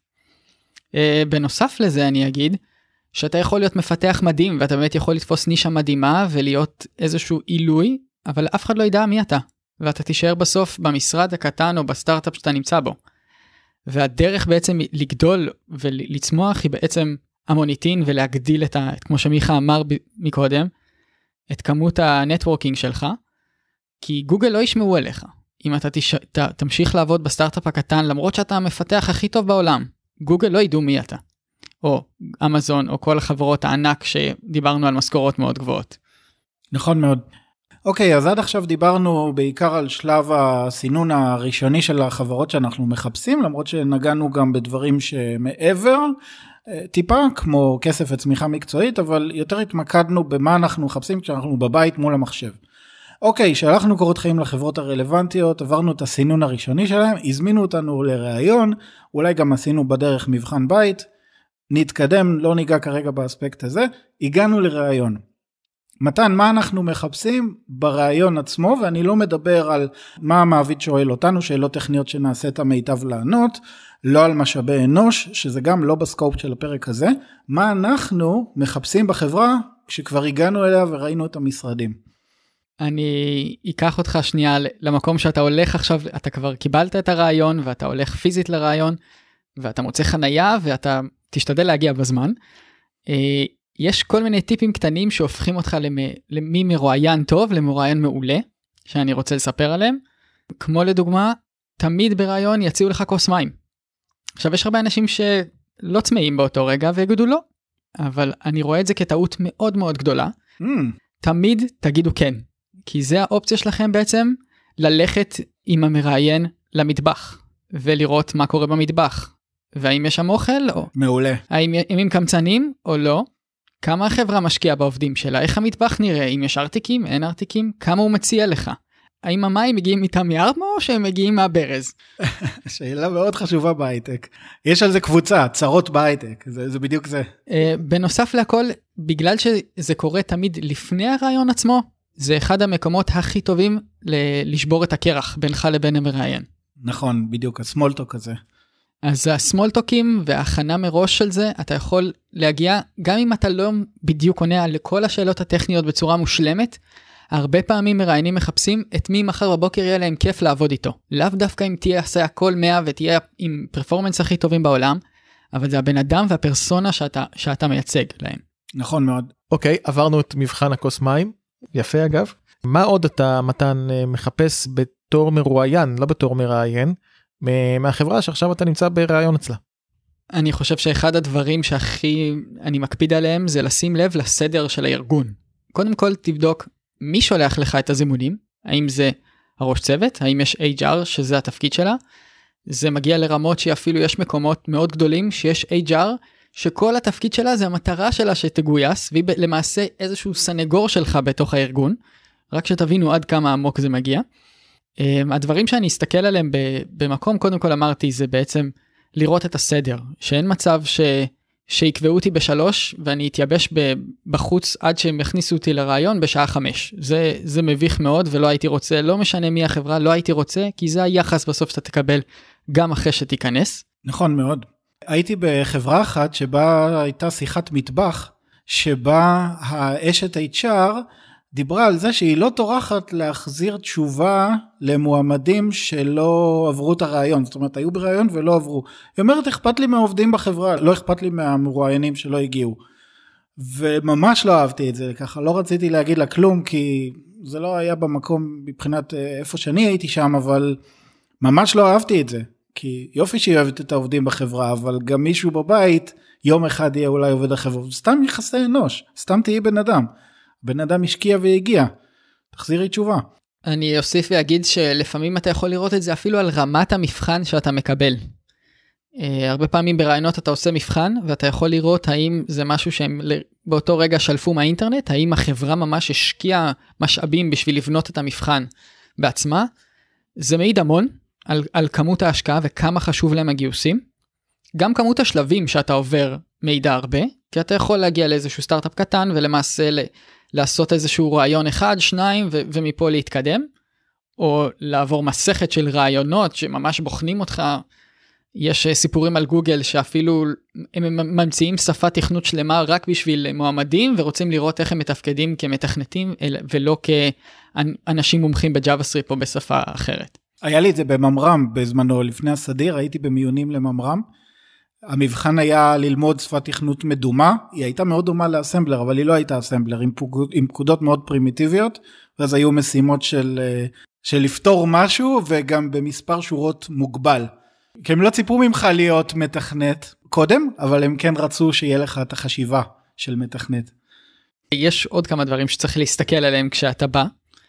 בנוסף לזה אני אגיד, שאתה יכול להיות מפתח מדהים, ואתה באמת יכול לתפוס נישה מדהימה, ולהיות איזשהו עילוי, אבל אף אחד לא ידע מי אתה, ואתה תישאר בסוף במשרד הקטן, או בסטארט-אפ שאתה נמצא בו. והדרך בעצם לגדול, ולצמוח, היא בעצם המוניטין, ולהגדיל את ה... כמו שמיכה אמר מקודם, את כמות הנטוורקינג שלך, כי גוגל לא ישמעו אליך. אם אתה תש... ת... תמשיך לעבוד בסטארט-אפ הקטן, למרות שאתה המפתח הכי טוב בעולם, גוגל לא ידעו מי אתה. או אמזון, או כל החברות הענק שדיברנו על משכורות מאוד גבוהות. נכון מאוד. אוקיי, אז עד עכשיו דיברנו בעיקר על שלב הסינון הראשוני של החברות שאנחנו מחפשים, למרות שנגענו גם בדברים שמעבר, טיפה כמו כסף וצמיחה מקצועית, אבל יותר התמקדנו במה אנחנו מחפשים כשאנחנו בבית מול המחשב. אוקיי, שלחנו קורות חיים לחברות הרלוונטיות, עברנו את הסינון הראשוני שלהם, הזמינו אותנו לראיון, אולי גם עשינו בדרך מבחן בית, נתקדם, לא ניגע כרגע באספקט הזה, הגענו לראיון. מתן, מה אנחנו מחפשים בראיון עצמו, ואני לא מדבר על מה המעביד שואל אותנו, שאלות טכניות שנעשה את המיטב לענות, לא על משאבי אנוש, שזה גם לא בסקופ של הפרק הזה, מה אנחנו מחפשים בחברה, כשכבר הגענו אליה וראינו את המשרדים. אני אקח אותך שנייה למקום שאתה הולך עכשיו, אתה כבר קיבלת את הרעיון, ואתה הולך פיזית לרעיון, ואתה מוצא חנייה, ואתה תשתדל להגיע בזמן. יש כל מיני טיפים קטנים שהופכים אותך למי מרואיין טוב, למרואיין מעולה, שאני רוצה לספר עליהם. כמו לדוגמה, תמיד ברעיון יציעו לך כוס מים. עכשיו יש הרבה אנשים שלא צמאים באותו רגע, ויגידו לא. אבל אני רואה את זה כטעות מאוד מאוד גדולה. Mm. תמיד תגידו כן. כי זה האופציה שלכם בעצם, ללכת עם המראיין למטבח, ולראות מה קורה במטבח. והאם יש שם אוכל או... מעולה. האם הם קמצנים או לא? כמה החברה משקיעה בעובדים שלה? איך המטבח נראה? אם יש ארטיקים, אין ארטיקים? כמה הוא מציע לך? האם המים מגיעים איתם מארמו או שהם מגיעים מהברז? שאלה מאוד חשובה בהייטק. יש על זה קבוצה, צרות בהייטק. זה, זה בדיוק זה. בנוסף לכל, בגלל שזה קורה תמיד לפני הרעיון עצמו, זה אחד המקומות הכי טובים לשבור את הקרח בינך לבין המראיין. נכון, בדיוק, הסמולטוק הזה. אז הסמולטוקים וההכנה מראש של זה, אתה יכול להגיע, גם אם אתה לא בדיוק עונה על כל השאלות הטכניות בצורה מושלמת, הרבה פעמים מראיינים מחפשים את מי מחר בבוקר יהיה להם כיף לעבוד איתו. לאו דווקא אם תהיה עשה הכל מאה ותהיה עם פרפורמנס הכי טובים בעולם, אבל זה הבן אדם והפרסונה שאתה, שאתה מייצג להם. נכון מאוד. אוקיי, עברנו את מבחן הכוס מים, יפה אגב. מה עוד אתה, מתן, מחפש בתור מרואיין, לא בתור מראיין, מהחברה שעכשיו אתה נמצא ברעיון אצלה? אני חושב שאחד הדברים שהכי אני מקפיד עליהם, זה לשים לב לסדר של הארגון. קודם כל תבדוק מי שולח לך את הזימונים, האם זה הראש צוות, האם יש אייץ' אר שזה התפקיד שלה, זה מגיע לרמות שאפילו יש מקומות מאוד גדולים שיש אייץ' אר, שכל התפקיד שלה זה המטרה שלה שתגויס, והיא למעשה איזשהו סנגור שלך בתוך הארגון, רק שתבינו עד כמה עמוק זה מגיע. הדברים שאני אסתכל עליהם במקום, קודם כל אמרתי, זה בעצם לראות את הסדר, שאין מצב ש... שיקבעו אותי בשלוש, ואני אתייבש בחוץ עד שהם יכניסו אותי לרעיון בשעה חמש. זה, זה מביך מאוד, ולא הייתי רוצה, לא משנה מי החברה, לא הייתי רוצה, כי זה היחס בסוף שאתה תקבל גם אחרי שתיכנס. נכון מאוד. הייתי בחברה אחת שבה הייתה שיחת מטבח, שבה האשת אייץ' אר דיברה על זה שהיא לא טורחת להחזיר תשובה למועמדים שלא עברו את הרעיון, זאת אומרת היו ברעיון ולא עברו. היא אומרת, אכפת לי מהעובדים בחברה, לא אכפת לי מהמרואיינים שלא הגיעו. וממש לא אהבתי את זה, ככה לא רציתי להגיד לה כלום, כי זה לא היה במקום מבחינת איפה שאני הייתי שם, אבל ממש לא אהבתי את זה, כי יופי שהיא אוהבת את העובדים בחברה, אבל גם מישהו בבית, יום אחד יהיה אולי עובד החברה, סתם יחסי אנוש, סתם תהיי בן אדם, בן אדם השקיע והגיע, תחזירי תשובה. אני אוסיף ואגיד שלפעמים אתה יכול לראות את זה אפילו על רמת המבחן שאתה מקבל. הרבה פעמים ברעיונות אתה עושה מבחן, ואתה יכול לראות האם זה משהו שהם באותו רגע שלפו מהאינטרנט, האם החברה ממש השקיעה משאבים בשביל לבנות את המבחן בעצמה. זה מעיד המון על, על כמות ההשקעה וכמה חשוב להם הגיוסים. גם כמות השלבים שאתה עובר מעידה הרבה, כי אתה יכול להגיע לאיזשהו סטארט-אפ קטן, ולמעשה ל, לעשות איזשהו רעיון אחד, שניים, ו, ומפה להתקדם, או לעבור מסכת של רעיונות שממש בוחנים אותך. יש סיפורים על גוגל שאפילו הם ממציאים שפת תכנות שלמה רק בשביל מועמדים, ורוצים לראות איך הם מתפקדים כמתכנתים, ולא כאנשים מומחים בג'אווה-סקריפט או בשפה אחרת. היה לי את זה בממר"ם בזמנו, לפני הסדיר, הייתי במיונים לממר"ם, המבחן היה ללמוד שפת תכנות מדומה, היא הייתה מאוד דומה לאסמבלר, אבל היא לא הייתה אסמבלר, עם, פקוד, עם פקודות מאוד פרימיטיביות, ואז היו משימות של, של לפתור משהו, וגם במספר שורות מוגבל. כי הם לא ציפו ממך להיות מתכנת קודם, אבל הם כן רצו שיהיה לך את החשיבה של מתכנת. יש עוד כמה דברים שצריך להסתכל עליהם כשאתה בא.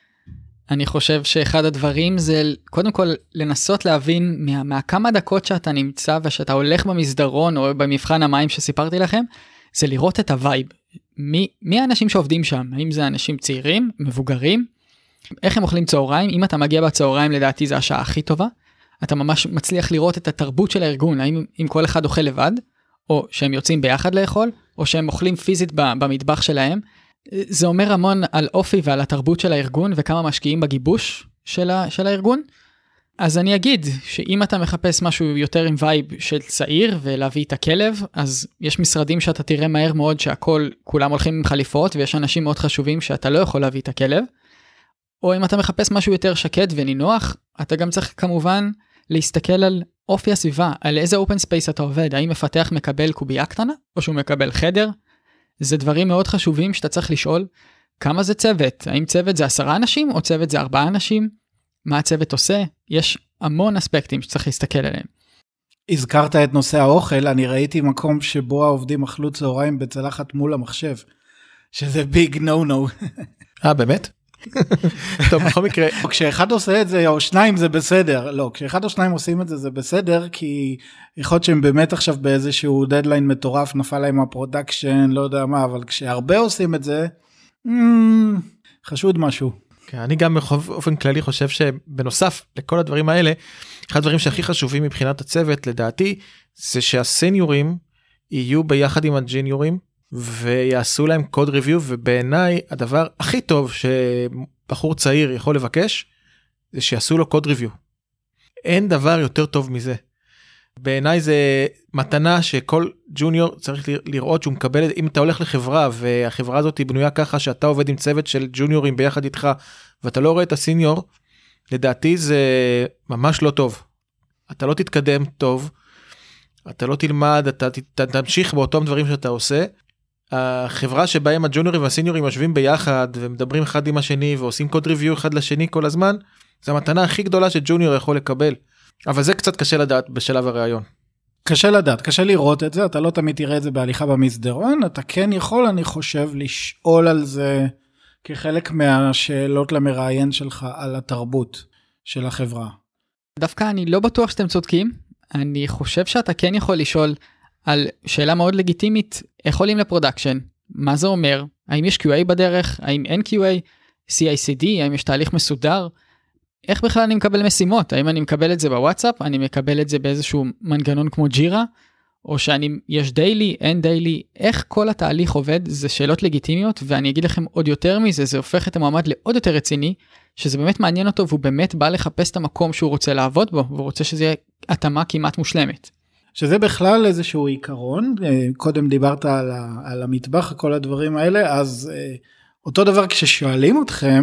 אני חושב שאחד הדברים זה קודם כל לנסות להבין מה, מהכמה דקות שאתה נמצא ושאתה הולך במסדרון או במבחן המים שסיפרתי לכם, זה לראות את הווייב. מי, מי האנשים שעובדים שם? האם זה אנשים צעירים, מבוגרים? איך הם אוכלים צהריים? אם אתה מגיע בצהריים לדעתי זה השעה הכי טובה. אתה ממש מצליח לראות את התרבות של הארגון, האם אם כל אחד אוכל לבד, או שהם יוצאים ביחד לאכול, או שהם אוכלים פיזית במטבח שלהם. זה אומר המון על אופי ועל התרבות של הארגון, וכמה משקיעים בגיבוש של, ה, של הארגון. אז אני אגיד שאם אתה מחפש משהו יותר עם וייב של צעיר, ולהביא את הכלב, אז יש משרדים שאתה תראה מהר מאוד שהכל, כולם הולכים עם חליפות, ויש אנשים מאוד חשובים שאתה לא יכול להביא את הכלב. או אם אתה מחפש משהו יותר שקט ונינוח, אתה גם צריך כמובן להסתכל על אופי הסביבה, על איזה אופן ספייס אתה עובד, האם מפתח מקבל קובייה קטנה, או שהוא מקבל חדר. זה דברים מאוד חשובים שאתה צריך לשאול, כמה זה צוות? האם צוות זה עשרה אנשים, או צוות זה ארבעה אנשים? מה הצוות עושה? יש המון אספקטים שצריך להסתכל עליהם. הזכרת את נושא האוכל, אני ראיתי מקום שבו העובדים אכלו צהריים בצלחת מול המחשב, שזה ביג נו נו. אה, באמת? טוב, בכל מקרה. כשאחד עושה את זה, או שניים זה בסדר. לא, כשאחד או שניים עושים את זה, זה בסדר, כי יכול להיות שהם באמת עכשיו באיזשהו דדליין מטורף, נפל להם הפרודקשן, לא יודע מה, אבל כשהרבה עושים את זה, חשוד משהו. אני גם באופן כללי חושב שבנוסף לכל הדברים האלה, אחד הדברים שהכי חשובים מבחינת הצוות, לדעתי, זה שהסניורים יהיו ביחד עם הג'יניורים, ויעשו להם קוד ריוויו, ובעיניי הדבר הכי טוב שבחור צעיר יכול לבקש, זה שיעשו לו קוד ריוויו. אין דבר יותר טוב מזה. בעיניי זה מתנה שכל ג'וניור צריך לראות שהוא מקבל, אם אתה הולך לחברה, והחברה הזאת היא בנויה ככה, שאתה עובד עם צוות של ג'וניורים ביחד איתך, ואתה לא רואה את הסיניור, לדעתי זה ממש לא טוב. אתה לא תתקדם טוב, אתה לא תלמד, אתה תמשיך באותם דברים שאתה עושה. החברה שבהם הג'וניורים והסיניורים יושבים ביחד, ומדברים אחד עם השני, ועושים קוד ריוויו אחד לשני כל הזמן, זו המתנה הכי גדולה שג'וניור יכול לקבל. אבל זה קצת קשה לדעת בשלב הרעיון. קשה לדעת, קשה לראות את זה, אתה לא תמיד תראה את זה בהליכה במסדרון, אתה כן יכול, אני חושב, לשאול על זה כחלק מהשאלות למראיין שלך על התרבות של החברה. דווקא אני לא בטוח שאתם צודקים, אני חושב שאתה כן יכול לשאול על שאלה מאוד לגיטימית, איך עולים לפרודקשן, מה זה אומר, האם יש קיו איי בדרך, האם אין קיו איי, סי איי סי די, האם יש תהליך מסודר, איך בכלל אני מקבל משימות, האם אני מקבל את זה בוואטסאפ, אני מקבל את זה באיזשהו מנגנון כמו ג'ירה, או שאני, יש דיילי, אין דיילי, איך כל התהליך עובד, זה שאלות לגיטימיות, ואני אגיד לכם עוד יותר מזה, זה הופך את המועמד לעוד יותר רציני, שזה באמת מעניין אותו, והוא באמת בא לחפש את המקום שהוא רוצה לעבוד בו, והוא רוצה שזה יהיה התאמה כמעט מושלמת. שזה בכלל איזשהו עיקרון, קודם דיברת על, ה, על המטבח, כל הדברים האלה, אז אותו דבר כששואלים אתכם,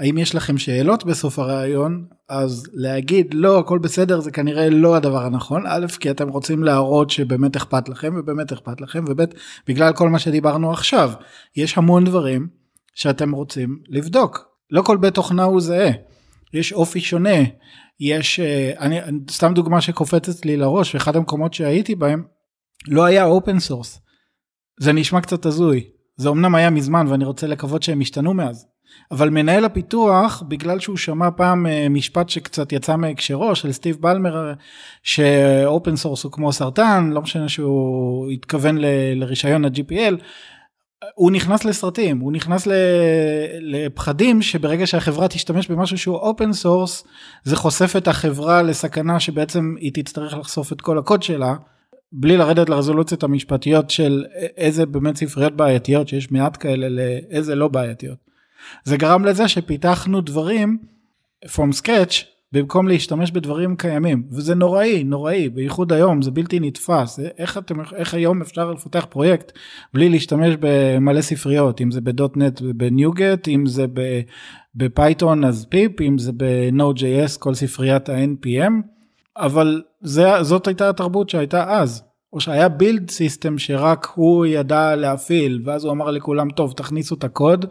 האם יש לכם שאלות בסוף הרעיון, אז להגיד לא, הכל בסדר, זה כנראה לא הדבר הנכון, א', כי אתם רוצים להראות שבאמת אכפת לכם, ובאמת אכפת לכם, וב', בגלל כל מה שדיברנו עכשיו, יש המון דברים שאתם רוצים לבדוק. לא כל בית תוכנה הוא זהה, יש אופי שונה, יש, אני, סתם דוגמה שקופצת לי לראש, אחד המקומות שהייתי בהם, לא היה אופן סורס. זה נשמע קצת הזוי, זה אמנם היה מזמן, ואני רוצה לקוות שהם השתנו מאז. אבל מנהל הפיתוח, בגלל שהוא שמע פעם משפט שקצת יצא מהקשרו, של סטיב בלמר, שאופן סורס הוא כמו סרטן, לא משנה שהוא התכוון ל, לרישיון ה-ג'י פי אל, הוא נכנס לסרטים, הוא נכנס לפחדים, שברגע שהחברה תשתמש במשהו שהוא אופן סורס, זה חושף את החברה לסכנה, שבעצם היא תצטרך לחשוף את כל הקוד שלה, בלי לרדת לרזולוציות המשפטיות, של איזה באמת ספריות בעייתיות, שיש מעט כאלה, לאיזה לא בעייתיות. זה גרם לזה שפיתחנו דברים from scratch, במקום להשתמש בדברים קיימים, וזה נוראי, נוראי, בייחוד היום, זה בלתי נתפס, איך, אתם, איך היום אפשר לפתח פרויקט, בלי להשתמש במלא ספריות, אם זה ב-דוט נט בניוגט, אם זה בפייתון אז פיפ, אם זה ב-נוד ג'יי אס, כל ספריית ה-אן פי אם, אבל זה, זאת הייתה התרבות שהייתה אז, או שהיה בילד סיסטם שרק הוא ידע להפעיל, ואז הוא אמר לכולם, טוב, תכניסו את הקוד,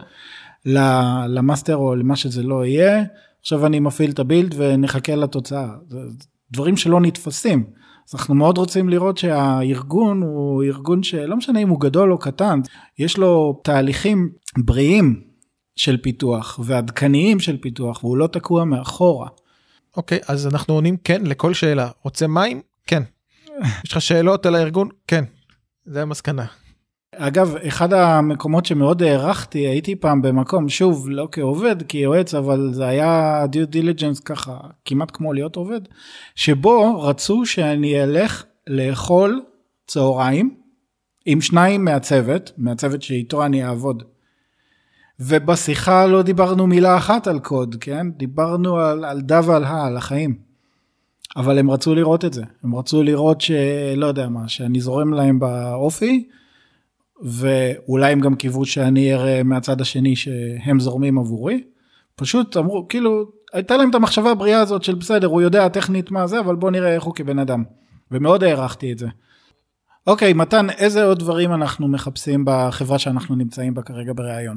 למאסטר או למה שזה לא יהיה, עכשיו אני מפעיל את הבילד ונחכה לתוצאה. דברים שלא נתפסים. אז אנחנו מאוד רוצים לראות שהארגון הוא ארגון שלא משנה אם הוא גדול או קטן, יש לו תהליכים בריאים של פיתוח ועדכניים של פיתוח, והוא לא תקוע מאחורה. אוקיי, אז אנחנו עונים כן לכל שאלה. רוצה מים? כן. יש לך שאלות על הארגון? כן. זה המסקנה. אגב, אחד המקומות שמאוד הערכתי, הייתי פעם במקום, שוב, לא כעובד, כיועץ, אבל זה היה due diligence ככה, כמעט כמו להיות עובד, שבו רצו שאני אלך לאכול צהריים, עם שניים מהצוות, מהצוות שאיתו אני אעבוד. ובשיחה לא דיברנו מילה אחת על קוד, כן? דיברנו על, על דה ועל הא, על החיים. אבל הם רצו לראות את זה. הם רצו לראות שלא יודע מה, שאני זורם להם באופי, ואולי הם גם קיוו שאני אראה מהצד השני שהם זורמים עבורי. פשוט אמרו, כאילו, הייתה להם את המחשבה הבריאה הזאת של בסדר, הוא יודע טכנית מה זה, אבל בוא נראה איך הוא כבן אדם. ומאוד הערכתי את זה. אוקיי, מתן, איזה עוד דברים אנחנו מחפשים בחברה שאנחנו נמצאים בה כרגע ברעיון?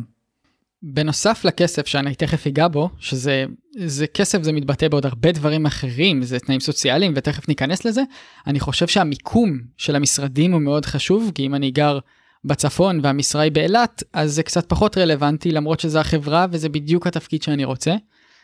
בנוסף לכסף שאני תכף אגע בו, שזה זה כסף, זה מתבטא בעוד הרבה דברים אחרים, זה תנאים סוציאליים, ותכף ניכנס לזה. אני חושב שהמיקום של המשרדים הוא מאוד חשוב, כי אם אני גר בצפון והמשרה היא באילת, אז זה קצת פחות רלוונטי, למרות שזה החברה, וזה בדיוק התפקיד שאני רוצה.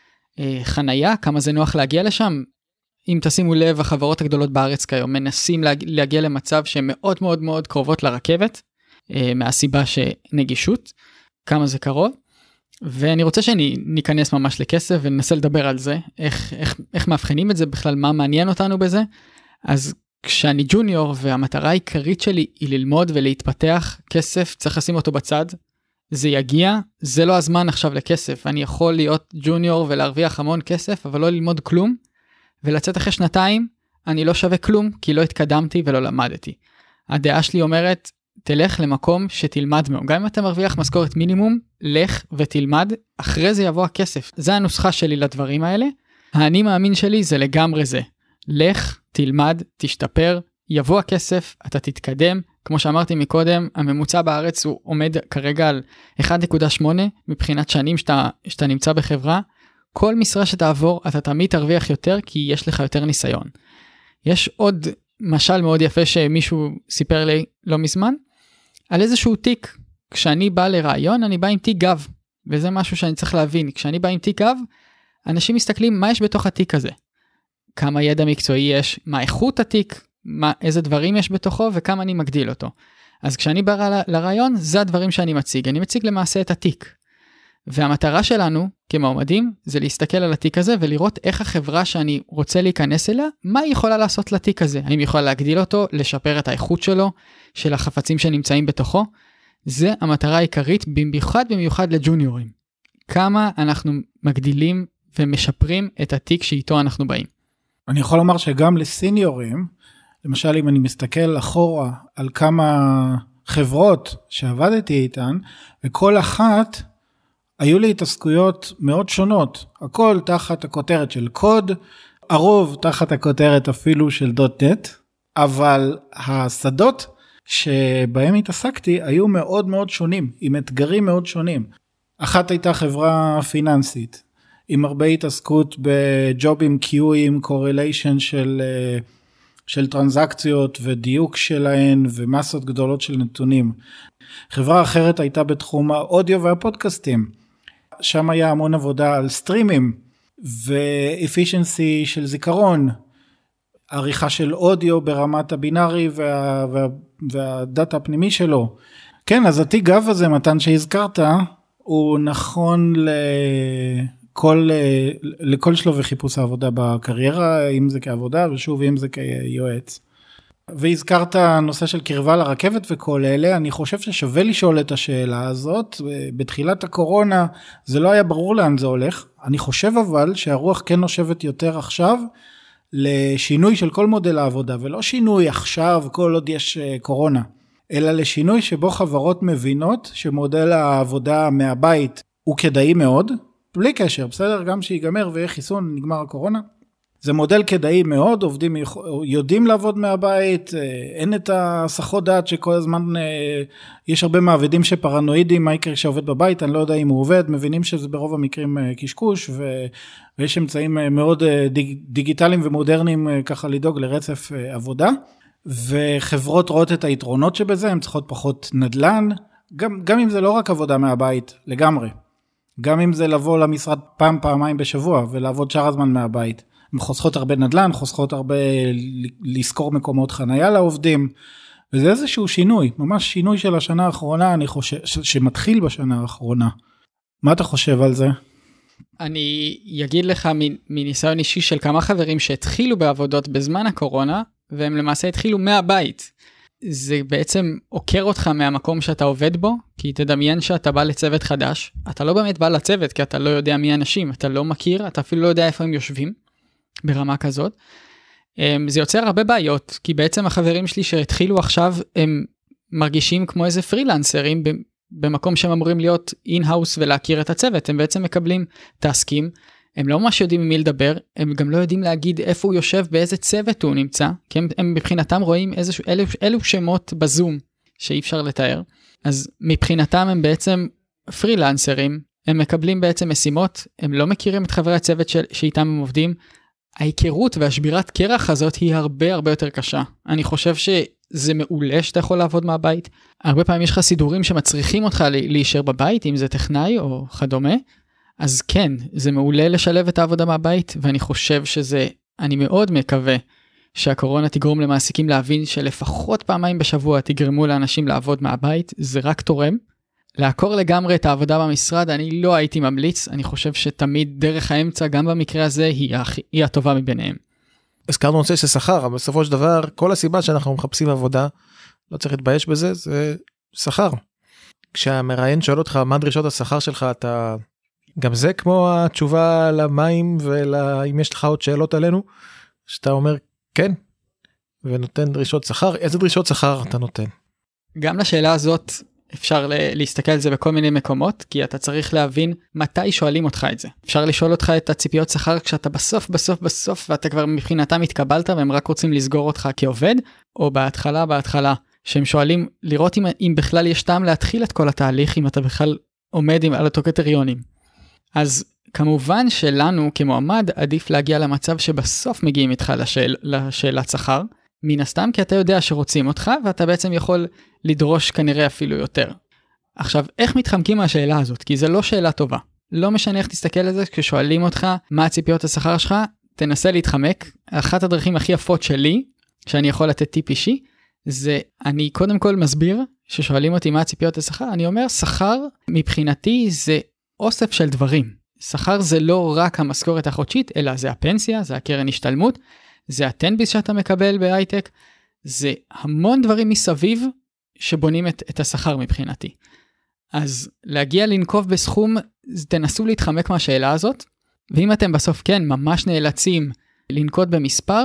חנייה, כמה זה נוח להגיע לשם? אם תשימו לב, החברות הגדולות בארץ כיום מנסים להגיע למצב שהן מאוד מאוד מאוד קרובות לרכבת, מהסיבה שנגישות, כמה זה קרוב. ואני רוצה שניכנס ממש לכסף וננסה לדבר על זה, איך, איך, איך מאבחנים את זה בכלל, מה מעניין אותנו בזה. אז כשאני ג'וניור והמטרה העיקרית שלי היא ללמוד ולהתפתח, כסף צריך לשים אותו בצד, זה יגיע, זה לא הזמן עכשיו לכסף, אני יכול להיות ג'וניור ולהרוויח המון כסף, אבל לא ללמוד כלום, ולצאת אחרי שנתיים, אני לא שווה כלום, כי לא התקדמתי ולא למדתי. הדעה שלי אומרת, תלך למקום שתלמד מאוד, גם אם אתה מרוויח משכורת מינימום, לך ותלמד, אחרי זה יבוא הכסף. זה הנוסחה שלי לדברים האלה, האני מאמין שלי זה לגמרי זה, לך, תלמד, תשתפר, יבוא הכסף, אתה תתקדם, כמו שאמרתי מקודם, הממוצע בארץ הוא עומד כרגע על אחת נקודה שמונה, מבחינת שנים שאתה, שאתה נמצא בחברה, כל משרה שתעבור, אתה תמיד תרוויח יותר, כי יש לך יותר ניסיון. יש עוד משל מאוד יפה שמישהו סיפר לי לא מזמן, על איזשהו תיק, כשאני בא לרעיון, אני בא עם תיק גב, וזה משהו שאני צריך להבין, כשאני בא עם תיק גב, אנשים מסתכלים מה יש בתוך התיק הזה, כמה ידע מקצועי יש, מה איכות התיק, מה, איזה דברים יש בתוכו, וכמה אני מגדיל אותו. אז כשאני בא ל- לרעיון, זה הדברים שאני מציג, אני מציג למעשה את התיק, והמטרה שלנו כמועמדים, זה להסתכל על התיק הזה, ולראות איך החברה שאני רוצה להיכנס אליה, מה היא יכולה לעשות לתיק הזה, האם היא יכולה להגדיל אותו, לשפר את האיכות שלו, של החפצים שנמצאים בתוכו, זה המטרה העיקרית, במיוחד במיוחד לג'וניורים, כמה אנחנו מגדילים ומשפרים את התיק שאיתו אנחנו באים. אני יכול לומר שגם לסיניורים, למשל אם אני מסתכל אחורה על כמה חברות שעבדתי איתן, וכל אחת היו לי התעסקויות מאוד שונות, הכל תחת הכותרת של קוד, הרוב תחת הכותרת אפילו של דוט נט, אבל השדות שבהם התעסקתי היו מאוד מאוד שונים, עם אתגרים מאוד שונים. אחת הייתה חברה פיננסית, עם הרבה התעסקות בג'ובים, קיואים, קורליישן של, של טרנזקציות ודיוק שלהן ומסות גדולות של נתונים. חברה אחרת הייתה בתחום האודיו והפודקאסטים, שם היה המון עבודה על סטרימים ואפישנסי של זיכרון, עריכה של אודיו ברמת הבינארי וה, וה, והדאטה הפנימי שלו. כן, אז התיק גב הזה, מתן שהזכרת, הוא נכון לכל, לכל שלב וחיפוש העבודה בקריירה, אם זה כעבודה ושוב אם זה כיועץ. והזכרת נושא של קרבה לרכבת וכל אלה, אני חושב ששווה לשאול את השאלה הזאת, בתחילת הקורונה זה לא היה ברור לאן זה הולך, אני חושב אבל שהרוח כן נושבת יותר עכשיו, לשינוי של כל מודל העבודה, ולא שינוי עכשיו כל עוד יש קורונה, אלא לשינוי שבו חברות מבינות שמודל העבודה מהבית הוא כדאי מאוד, בלי קשר, בסדר, גם שיגמר ויהיה חיסון, נגמר הקורונה. זה מודל כדאי מאוד, עובדים יודעים לעבוד מהבית, אין את הסחות דעת שכל הזמן, יש הרבה מעבדים שפרנואידים, מה יקרה שעובד בבית, אני לא יודע אם הוא עובד, מבינים שזה ברוב המקרים קשקוש, ויש אמצעים מאוד דיגיטליים ומודרניים ככה לדאוג לרצף עבודה, וחברות רואות את היתרונות שבזה, הן צריכות פחות נדל"ן, גם, גם אם זה לא רק עבודה מהבית, לגמרי, גם אם זה לבוא למשרד פעם, פעמיים בשבוע, ולעבוד שאר הזמן מהבית, הן חוסכות הרבה נדל"ן, חוסכות הרבה לזכור מקומות חנייה לעובדים, וזה איזשהו שינוי, ממש שינוי של השנה האחרונה, אני חושב, שמתחיל בשנה האחרונה. מה אתה חושב על זה? אני אגיד לך מניסיון אישי של כמה חברים שהתחילו בעבודות בזמן הקורונה, והם למעשה התחילו מהבית. זה בעצם עוקר אותך מהמקום שאתה עובד בו, כי תדמיין שאתה בא לצוות חדש, אתה לא באמת בא לצוות, כי אתה לא יודע מי האנשים, אתה לא מכיר, אתה אפילו לא יודע איפה הם יושבים, ברמה כזאת. זה יוצר הרבה בעיות, כי בעצם החברים שלי שהתחילו עכשיו, הם מרגישים כמו איזה פרילנסרים, במקום שהם אמורים להיות אין-האוס ולהכיר את הצוות, הם בעצם מקבלים טסקים, הם לא ממש יודעים עם מי לדבר, הם גם לא יודעים להגיד איפה הוא יושב, באיזה צוות הוא נמצא, כי הם, הם מבחינתם רואים איזשהו, אלו, אלו שמות בזום שאי אפשר לתאר, אז מבחינתם הם בעצם פרילנסרים, הם מקבלים בעצם משימות, הם לא מכירים את חברי הצוות של, שאיתם הם עובדים, ההיכרות והשבירת קרח הזאת היא הרבה הרבה יותר קשה. אני חושב שזה מעולה שאתה יכול לעבוד מהבית. הרבה פעמים יש לך סידורים שמצריכים אותך להישאר בבית, אם זה טכנאי או כדומה. אז כן, זה מעולה לשלב את העבודה מהבית, ואני חושב שזה, אני מאוד מקווה שהקורונה תגרום למעסיקים להבין שלפחות פעמיים בשבוע תגרמו לאנשים לעבוד מהבית, זה רק תורם. לעקור לגמרי את העבודה במשרד, אני לא הייתי ממליץ, אני חושב שתמיד דרך האמצע, גם במקרה הזה, היא, היא הטובה מביניהם. הזכרנו נושא של שכר, אבל בסופו של דבר, כל הסיבה שאנחנו מחפשים עבודה, לא צריך להתבייש בזה, זה שכר. כשהמראיין שואל אותך, מה דרישות השכר שלך, אתה, גם זה כמו התשובה למים, ואם יש לך עוד שאלות עלינו, שאתה אומר, כן, ונותן דרישות שכר, איזה דרישות שכר אתה נותן? גם לשאלה הזאת, אפשר להסתכל על זה בכל מיני מקומות, כי אתה צריך להבין מתי שואלים אותך את זה. אפשר לשאול אותך את הציפיות שכר כשאתה בסוף, בסוף, בסוף, ואתה כבר מבחינתם התקבלת, והם רק רוצים לסגור אותך כעובד, או בהתחלה, בהתחלה, שהם שואלים לראות אם, אם בכלל יש טעם להתחיל את כל התהליך, אם אתה בכלל עומד עם, על אותו קריטריונים. אז כמובן שלנו כמועמד, עדיף להגיע למצב שבסוף מגיעים איתך לשאל, לשאלת שכר, מן הסתם כי אתה יודע שרוצים אותך, ואתה בעצם יכול לדרוש כנראה אפילו יותר. עכשיו, איך מתחמקים מהשאלה הזאת? כי זה לא שאלה טובה. לא משנה איך תסתכל על זה, כששואלים אותך מה הציפיות השכר שלך, תנסה להתחמק. אחת הדרכים הכי יפות שלי, שאני יכול לתת טיפ אישי, זה אני קודם כל מסביר, ששואלים אותי מה הציפיות השכר, אני אומר, שכר מבחינתי זה אוסף של דברים. שכר זה לא רק המשכורת החודשית, אלא זה הפנסיה, זה הקרן השתלמות, זה הטנביס שאתה מקבל בהייטק, זה המון דברים מסביב שבונים את, את השכר מבחינתי. אז להגיע לנקוב בסכום, תנסו להתחמק מהשאלה הזאת, ואם אתם בסוף כן ממש נאלצים לנקוט במספר,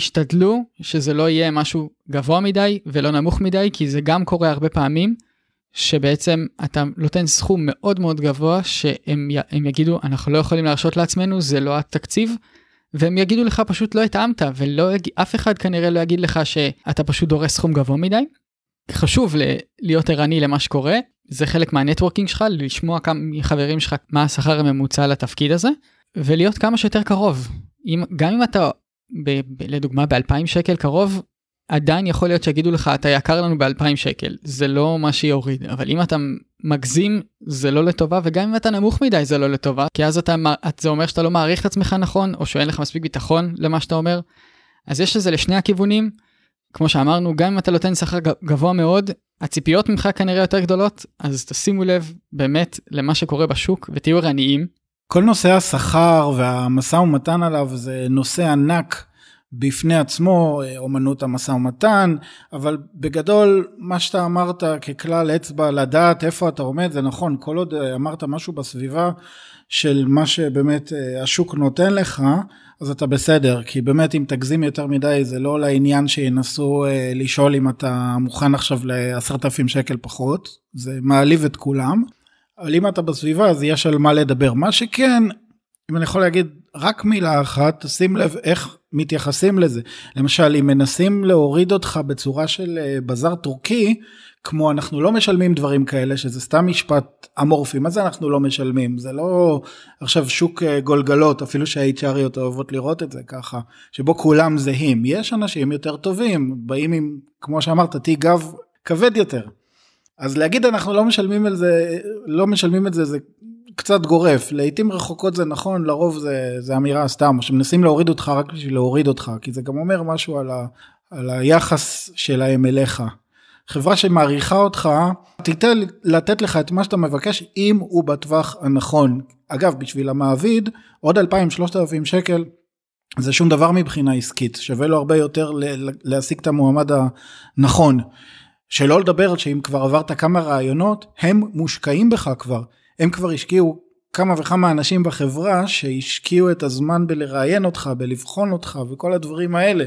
תשתדלו שזה לא יהיה משהו גבוה מדי ולא נמוך מדי, כי זה גם קורה הרבה פעמים, שבעצם אתה נותן סכום מאוד מאוד גבוה, שהם הם יגידו, אנחנו לא יכולים להרשות לעצמנו, זה לא התקציב, והם יגידו לך פשוט לא התאמת, ואף אחד כנראה לא יגיד לך שאתה פשוט דורש סכום גבוה מדי. חשוב להיות ערני למה שקורה, זה חלק מהנטוורקינג שלך, לשמוע כמה חברים שלך מה השכר הממוצע לתפקיד הזה, ולהיות כמה שיותר קרוב. אם, גם אם אתה, ב, ב, לדוגמה, ב-אלפיים שקל קרוב, עדיין יכול להיות שיגידו לך, אתה יקר לנו ב-אלפיים שקל, זה לא מה שיוריד, אבל אם אתה מגזים, זה לא לטובה, וגם אם אתה נמוך מדי, זה לא לטובה, כי אז אתה, זה אומר שאתה לא מעריך את עצמך נכון, או שאין לך מספיק ביטחון למה שאתה אומר, אז יש לזה לשני הכיוונים, כמו שאמרנו, גם אם אתה נותן שכר גבוה מאוד, הציפיות ממך כנראה יותר גדולות, אז תשימו לב באמת למה שקורה בשוק, ותהיו ערניים. כל נושא השכר והמשא ומתן עליו, זה נושא ענק, בפני עצמו, אומנות המשא ומתן, אבל בגדול, מה שאתה אמרת ככלל אצבע, לדעת איפה אתה עומד, זה נכון, כל עוד אמרת משהו בסביבה, של מה שבאמת השוק נותן לך, אז אתה בסדר, כי באמת אם תגזים יותר מדי, זה לא לעניין שינסו לשאול אם אתה מוכן עכשיו ל-עשרת אלפים שקל פחות, זה מעליב את כולם, אבל אם אתה בסביבה, אז יש על מה לדבר. מה שכן, אם אני יכול להגיד רק מילה אחת, שים לב איך מתייחסים לזה. למשל, אם מנסים להוריד אותך בצורה של בזר טורקי, כמו אנחנו לא משלמים דברים כאלה, שזה סתם משפט אמורפי, מה זה אנחנו לא משלמים? זה לא עכשיו שוק גולגלות, אפילו שה-אייץ' אר'יות אוהבות לראות את זה ככה, שבו כולם זהים. יש אנשים יותר טובים, באים עם, כמו שאמרת, תהי גב כבד יותר. אז להגיד אנחנו לא משלמים על זה, לא משלמים את זה, זה קצת גורף. לעתים רחוקות זה נכון, לרוב זה, זה אמירה סתם, שמנסים להוריד אותך רק בשביל להוריד אותך, כי זה גם אומר משהו על, ה, על היחס שלהם אליך. חברה שמעריכה אותך, תיתן לתת לך את מה שאתה מבקש, אם הוא בטווח הנכון. אגב, בשביל המעביד, עוד אלפיים שלושת אלפים שקל, זה שום דבר מבחינה עסקית, שווה לו הרבה יותר להשיג את המועמד הנכון. שלא לדבר שאם כבר עברת כמה רעיונות, הם מושקעים בך כבר. הם כבר השקיעו כמה וכמה אנשים בחברה, שהשקיעו את הזמן בלראיין אותך, בלבחון אותך, וכל הדברים האלה.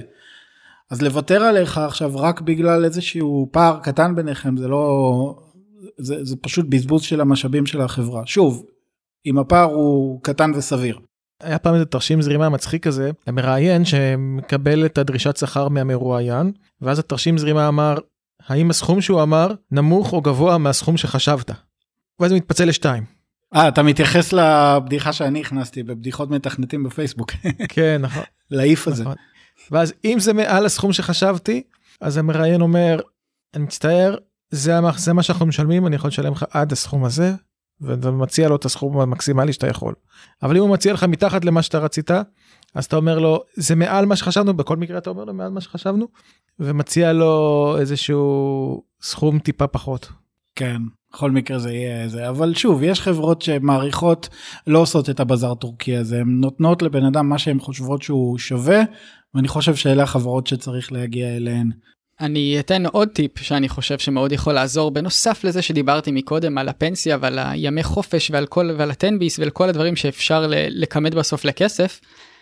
אז לוותר עליך עכשיו רק בגלל איזשהו פער קטן ביניכם, זה לא, זה, זה פשוט בזבוז של המשאבים של החברה. שוב, אם הפער הוא קטן וסביר. היה פעם איזה תרשים זרימה מצחיק כזה, למראיין שמקבל את הדרישת שכר מהמרואיין, ואז התרשים זרימה אמר, האם הסכום שהוא אמר נמוך או גבוה מהסכום שחשבת? ואז הוא מתפצל לשתיים. אה, אתה מתייחס לבדיחה שאני הכנסתי, בבדיחות מתכנתים בפייסבוק. כן, נכון. לאיף הזה. נכון. ואז אם זה מעל הסכום שחשבתי, אז המראיין אומר, אני מצטער, זה, זה מה שאנחנו משלמים, אני יכול לשלם לך עד הסכום הזה, ואתה מציע לו את הסכום המקסימלי שאתה יכול. אבל אם הוא מציע לך מתחת למה שאתה רצית, אז אתה אומר לו, זה מעל מה שחשבנו, בכל מקרה אתה אומר לו, מעל מה שחשבנו, ומציע לו איזשהו סכום טיפה פחות. כן, בכל מקרה זה יהיה זה, אבל שוב, יש חברות שמעריכות, לא עושות את הבזר טורקי הזה, הן נותנות לבן אדם מה שהן חושבות שהוא שווה, ואני חושב שאלה החברות שצריך להגיע אליהן. אני אתן עוד טיפ שאני חושב שמאוד יכול לעזור, בנוסף לזה שדיברתי מקודם על הפנסיה ועל הימי חופש ועל, כל, ועל הטנביס ועל כל הדברים שאפשר לקמד בסוף לכסף,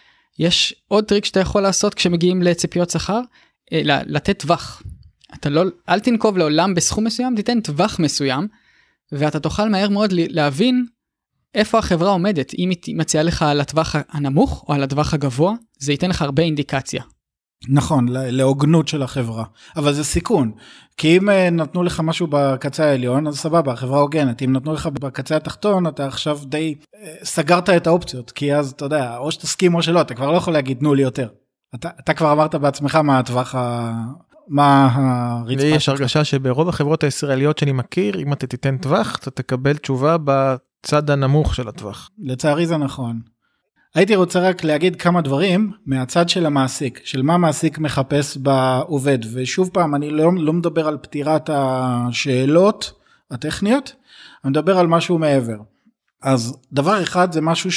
יש עוד טריק שאתה יכול לעשות כשמגיעים לציפיות שכר, לתת טווח. אתה לא, אל תנקוב לעולם בסכום מסוים, תיתן טווח מסוים, ואתה תוכל מהר מאוד להבין איפה החברה עומדת. אם היא מציעה לך על הטווח הנמוך או על הטווח הגבוה, זה ייתן לך הרבה אינדיקציה. נכון, להוגנות של החברה. אבל זה סיכון. כי אם נתנו לך משהו בקצה העליון, אז סבבה, החברה הוגנת. אם נתנו לך בקצה התחתון, אתה עכשיו די סגרת את האופציות. כי אז, אתה יודע, או שתסכים או שלא, אתה כבר לא יכול להגיד, תנו לי יותר. אתה, אתה כבר אמרת בעצמך מה הטווח ה... מה הרצפה. לי יש הרגשה שברוב החברות הישראליות שאני מכיר, אם אתה תיתן טווח, אתה תקבל תשובה בצד הנמוך של הטווח. לצערי זה נכון. הייתי רוצה רק להגיד כמה דברים מהצד של המעסיק, של מה המעסיק מחפש בעובד, ושוב פעם, אני לא, לא מדבר על פתירת השאלות הטכניות, אני מדבר על משהו מעבר. אז דבר אחד זה משהו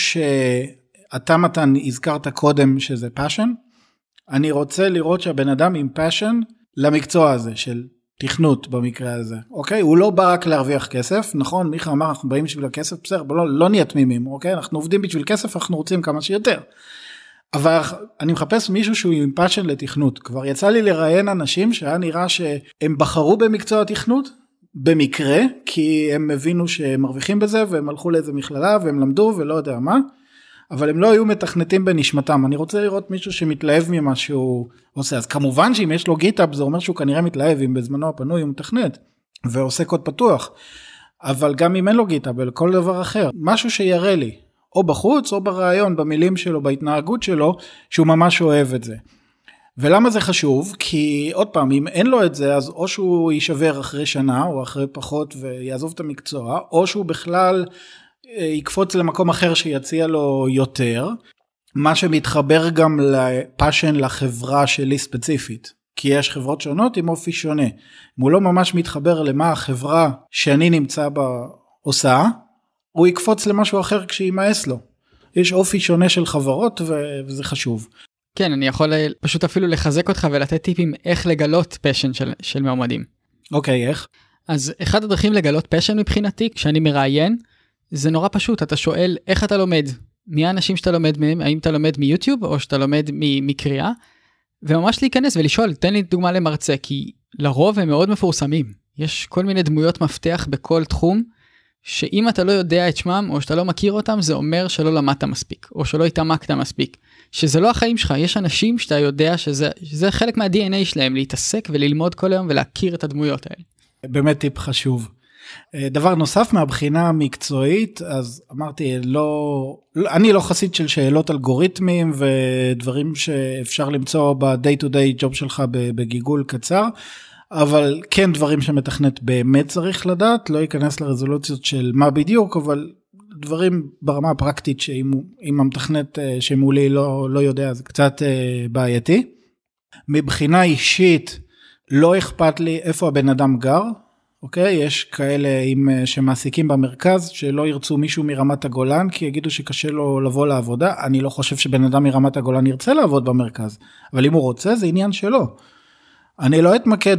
שאתה מתן הזכרת קודם שזה passion, אני רוצה לראות שהבן אדם עם passion למקצוע הזה של תכנות במקרה הזה, אוקיי? הוא לא בא רק להרוויח כסף, נכון? מיכה אמר, אנחנו באים בשביל הכסף, בסדר, לא, לא נהיה תמימים, אוקיי? אנחנו עובדים בשביל כסף, אנחנו רוצים כמה שיותר. אבל אני מחפש מישהו שהוא עם passion לתכנות. כבר יצא לי לראיין אנשים שהיה נראה שהם בחרו במקצוע התכנות, במקרה, כי הם הבינו שהם מרוויחים בזה, והם הלכו לאיזה מכללה, והם למדו ולא יודע מה, אבל הם לא היו מתכנתים בנשמתם. אני רוצה לראות מישהו שמתלהב ממה שהוא עושה, אז כמובן שאם יש לו גיטאפ, זה אומר שהוא כנראה מתלהב, אם בזמנו הפנוי הוא מתכנת, ועושה קוד פתוח, אבל גם אם אין לו גיטאפ, כל דבר אחר, משהו שיראה לי, או בחוץ, או ברעיון, במילים שלו, בהתנהגות שלו, שהוא ממש אוהב את זה. ולמה זה חשוב? כי עוד פעם, אם אין לו את זה, אז או שהוא יישבר אחרי שנה, או אחרי פחות, ויעזוב את המקצוע, או שהוא בכלל יקפוץ למקום אחר שיציע לו יותר, מה שמתחבר גם לפאשן לחברה שלי ספציפית. כי יש חברות שונות עם אופי שונה. אם הוא לא ממש מתחבר למה החברה שאני נמצא בה עושה, הוא יקפוץ למשהו אחר כשימאס לו. יש אופי שונה של חברות וזה חשוב. כן, אני יכול פשוט אפילו לחזק אותך ולתת טיפים איך לגלות פשן של, של מעומדים. אוקיי, איך? אז אחד הדרכים לגלות פשן מבחינתי, כשאני מראיין, זה נורא פשוט. אתה שואל איך אתה לומד, מי האנשים שאתה לומד מהם, האם אתה לומד מיוטיוב או שאתה לומד מקריאה, וממש להיכנס ולשאול, תן לי דוגמה למרצה, כי לרוב הם מאוד מפורסמים. יש כל מיני דמויות מפתח בכל תחום, שאם אתה לא יודע את שמם, או שאתה לא מכיר אותם, זה אומר שלא למדת מספיק, או שלא התעמקת מספיק. שזה לא החיים שלך, יש אנשים שאתה יודע שזה, שזה חלק מה-די אן איי שלהם, להתעסק וללמוד כל היום ולהכיר את הדמויות האלה. באמת טיפ חשוב. דבר נוסף מהבחינה המקצועית, אז אמרתי, לא, אני לא חסיד של שאלות אלגוריתמים, ודברים שאפשר למצוא ב-day to day job שלך בגיגול קצר, אבל כן דברים שמתכנת באמת צריך לדעת, לא ייכנס לרזולוציות של מה בדיוק, אבל דברים ברמה הפרקטית, שאם המתכנת שמולי לא, לא יודע, זה קצת בעייתי. מבחינה אישית, לא אכפת לי איפה הבן אדם גר, אוקיי? יש כאלה עם, שמעסיקים במרכז, שלא ירצו מישהו מרמת הגולן, כי יגידו שקשה לו לבוא לעבודה. אני לא חושב שבן אדם מרמת הגולן ירצה לעבוד במרכז, אבל אם הוא רוצה, זה עניין שלו. אני לא אתמקד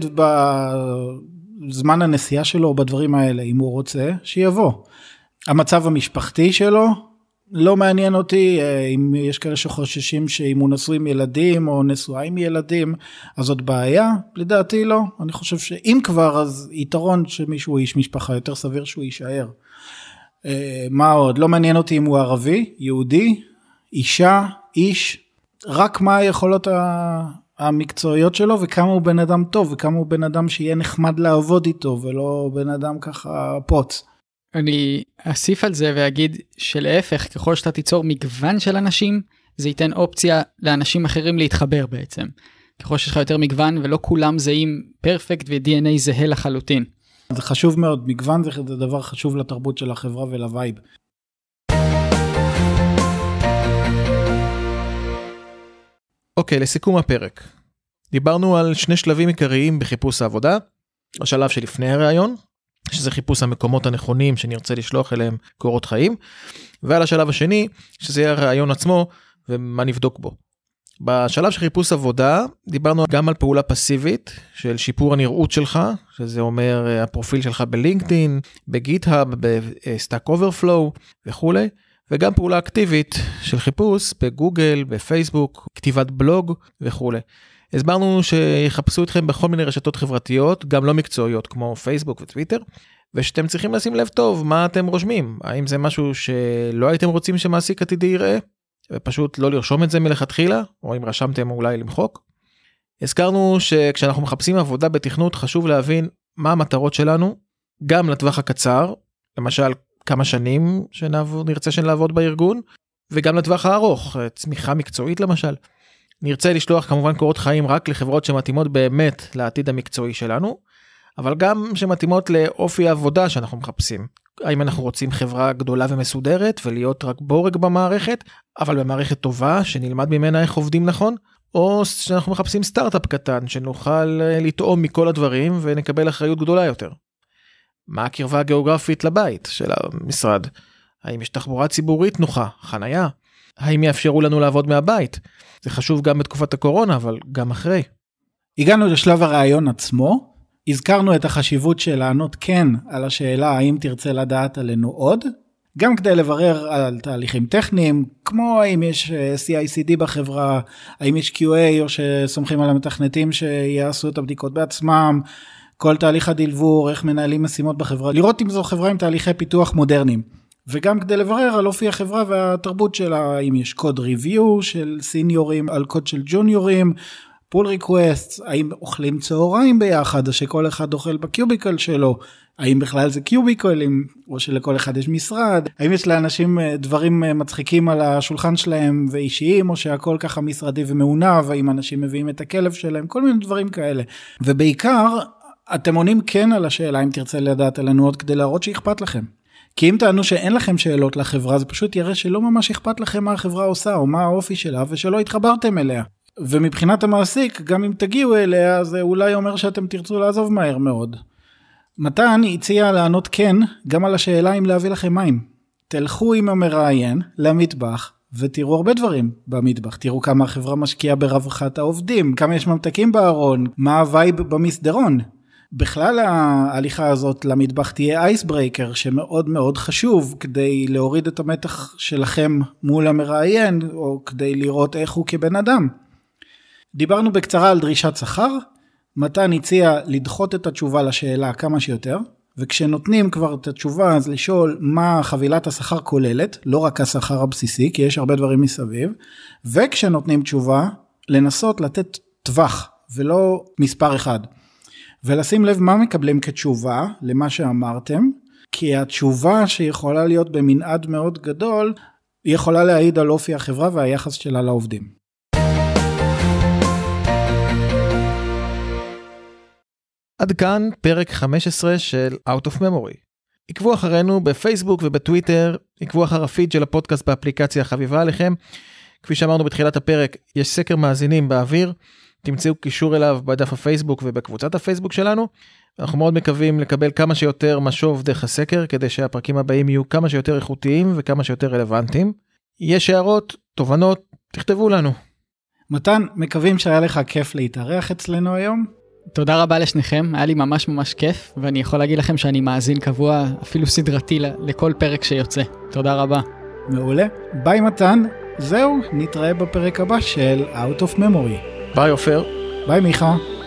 בזמן הנסיעה שלו, או בדברים האלה. אם הוא רוצה, שיבוא. המצב המשפחתי שלו, לא מעניין אותי, אם יש כאלה שחוששים שאם הוא נשוי עם ילדים, או נשואה עם ילדים, אז זאת בעיה, לדעתי לא. אני חושב שאם כבר, אז יתרון שמישהו איש משפחה, יותר סביר שהוא יישאר. מה עוד? לא מעניין אותי אם הוא ערבי, יהודי, אישה, איש, רק מה היכולות המקצועיות שלו, וכמה הוא בן אדם טוב, וכמה הוא בן אדם שיהיה נחמד לעבוד איתו, ולא בן אדם ככה פוץ. אני אסיף על זה ואגיד שלהפך, ככל שאתה תיצור מגוון של אנשים, זה ייתן אופציה לאנשים אחרים להתחבר בעצם. ככל שיש לך יותר מגוון ולא כולם זהים פרפקט ו-די אן איי זהה לחלוטין. זה חשוב מאוד, מגוון זה דבר חשוב לתרבות של החברה ולווייב. אוקיי, לסיכום הפרק. דיברנו על שני שלבים עיקריים בחיפוש העבודה, השלב שלפני הרעיון, שזה חיפוש המקומות הנכונים שנרצה לשלוח אליהם קורות חיים, ועל השלב השני, שזה יהיה הרעיון עצמו ומה נבדוק בו. בשלב של חיפוש עבודה, דיברנו גם על פעולה פסיבית של שיפור הנראות שלך, שזה אומר הפרופיל שלך בלינקדאין, בגיט-האב, בסטאק אוברפלואו וכו', וגם פעולה אקטיבית של חיפוש בגוגל, בפייסבוק, כתיבת בלוג וכו'. הסברנו שיחפשו אתכם בכל מיני רשתות חברתיות, גם לא מקצועיות כמו פייסבוק וטוויטר, ושאתם צריכים לשים לב טוב מה אתם רושמים. האם זה משהו שלא הייתם רוצים שמעסיק עתידי יראה, ופשוט לא לרשום את זה מלכתחילה, או אם רשמתם אולי למחוק. הזכרנו שכשאנחנו מחפשים עבודה בתכנות, חשוב להבין מה המטרות שלנו, גם לטווח הקצר, למשל כמה שנים שנעבוד, נרצה שנעבוד בארגון, וגם לטווח הארוך, צמיחה מקצועית למשל. נרצה לשלוח כמובן קורות חיים רק לחברות שמתאימות באמת לעתיד המקצועי שלנו, אבל גם שמתאימות לאופי העבודה שאנחנו מחפשים. האם אנחנו רוצים חברה גדולה ומסודרת ולהיות רק בורג במערכת, אבל במערכת טובה שנלמד ממנה איך עובדים נכון, או שאנחנו מחפשים סטארט-אפ קטן שנוכל לטעום מכל הדברים ונקבל אחריות גדולה יותר. מה הקרבה הגיאוגרפית לבית של המשרד? האם יש תחבורה ציבורית נוחה, חנייה? האם יאפשרו לנו לעבוד מהבית? זה חשוב גם בתקופת הקורונה, אבל גם אחרי. הגענו לשלב הרעיון עצמו, הזכרנו את החשיבות של לענות כן על השאלה האם תרצה לדעת עלינו עוד, גם כדי לברר על תהליכים טכניים, כמו האם יש סי איי סי די בחברה, האם יש קיו איי או שסומכים על המתכנתים שיעשו את הבדיקות בעצמם, כל תהליך הדלבור, איך מנהלים משימות בחברה, לראות אם זו חברה עם תהליכי פיתוח מודרניים, וגם כדי לברר על אופי החברה והתרבות שלה, אם יש קוד ריוויו של סיניורים על קוד של ג'וניורים, פול ריקווסט, האם אוכלים צהריים ביחד, או שכל אחד אוכל בקיוביקל שלו, האם בכלל זה קיוביקלים, או שלכל אחד יש משרד, האם יש לאנשים דברים מצחיקים על השולחן שלהם ואישיים, או שהכל ככה משרדי ומעונב, האם אנשים מביאים את הכלב שלהם, כל מיני דברים כאלה. ובעיקר, אתם עונים כן על השאלה, אם תרצה לדעת עלינו עוד, כדי להראות שאכפת לכם. כי אם טענו שאין לכם שאלות לחברה, זה פשוט יראה שלא ממש אכפת לכם מה החברה עושה, או מה האופי שלה, ושלא התחברתם אליה. ומבחינת המעסיק, גם אם תגיעו אליה, זה אולי אומר שאתם תרצו לעזוב מהר מאוד. מתן הציע לענות כן, גם על השאלה אם להביא לכם מים. תלכו עם המראיין למטבח, ותראו הרבה דברים במטבח. תראו כמה החברה משקיעה ברווחת העובדים, כמה יש ממתקים בארון, מה הווייב במסדרון. בכלל ההליכה הזאת למטבח תהיה אייסברייקר, שמאוד מאוד חשוב, כדי להוריד את המתח שלכם מול המראיין, או כדי לראות איך הוא כבן אדם. דיברנו בקצרה על דרישת שכר, מתן הציע לדחות את התשובה לשאלה כמה שיותר, וכשנותנים כבר את התשובה אז לשאול מה חבילת השכר כוללת, לא רק השכר הבסיסי, כי יש הרבה דברים מסביב, וכשנותנים תשובה, לנסות לתת טווח, ולא מספר אחד. ולשים לב מה מקבלים כתשובה למה שאמרתם, כי התשובה שיכולה להיות במנעד מאוד גדול, היא יכולה להעיד על אופי החברה והיחס שלה לעובדים. עד כאן פרק חמש עשרה של Out of Memory. עקבו אחרינו בפייסבוק ובטוויטר, עקבו אחר הפיד של הפודקאסט באפליקציה החביבה עליכם. כפי שאמרנו בתחילת הפרק, יש סקר מאזינים באוויר, תמצאו קישור אליו בדף הפייסבוק ובקבוצת הפייסבוק שלנו. אנחנו מאוד מקווים לקבל כמה שיותר משוב דרך הסקר, כדי שהפרקים הבאים יהיו כמה שיותר איכותיים וכמה שיותר רלוונטיים. יש הערות, תובנות, תכתבו לנו. מתן, מקווים שהיה לך כיף להתארח אצלנו היום. תודה רבה לשניכם, היה לי ממש ממש כיף, ואני יכול להגיד לכם שאני מאזין קבוע, אפילו סדרתי, לכל פרק שיוצא. תודה רבה. מעולה. ביי מתן, זהו, נתראה בפרק הבא של Out of Memory. ביי אופר. ביי מיכה.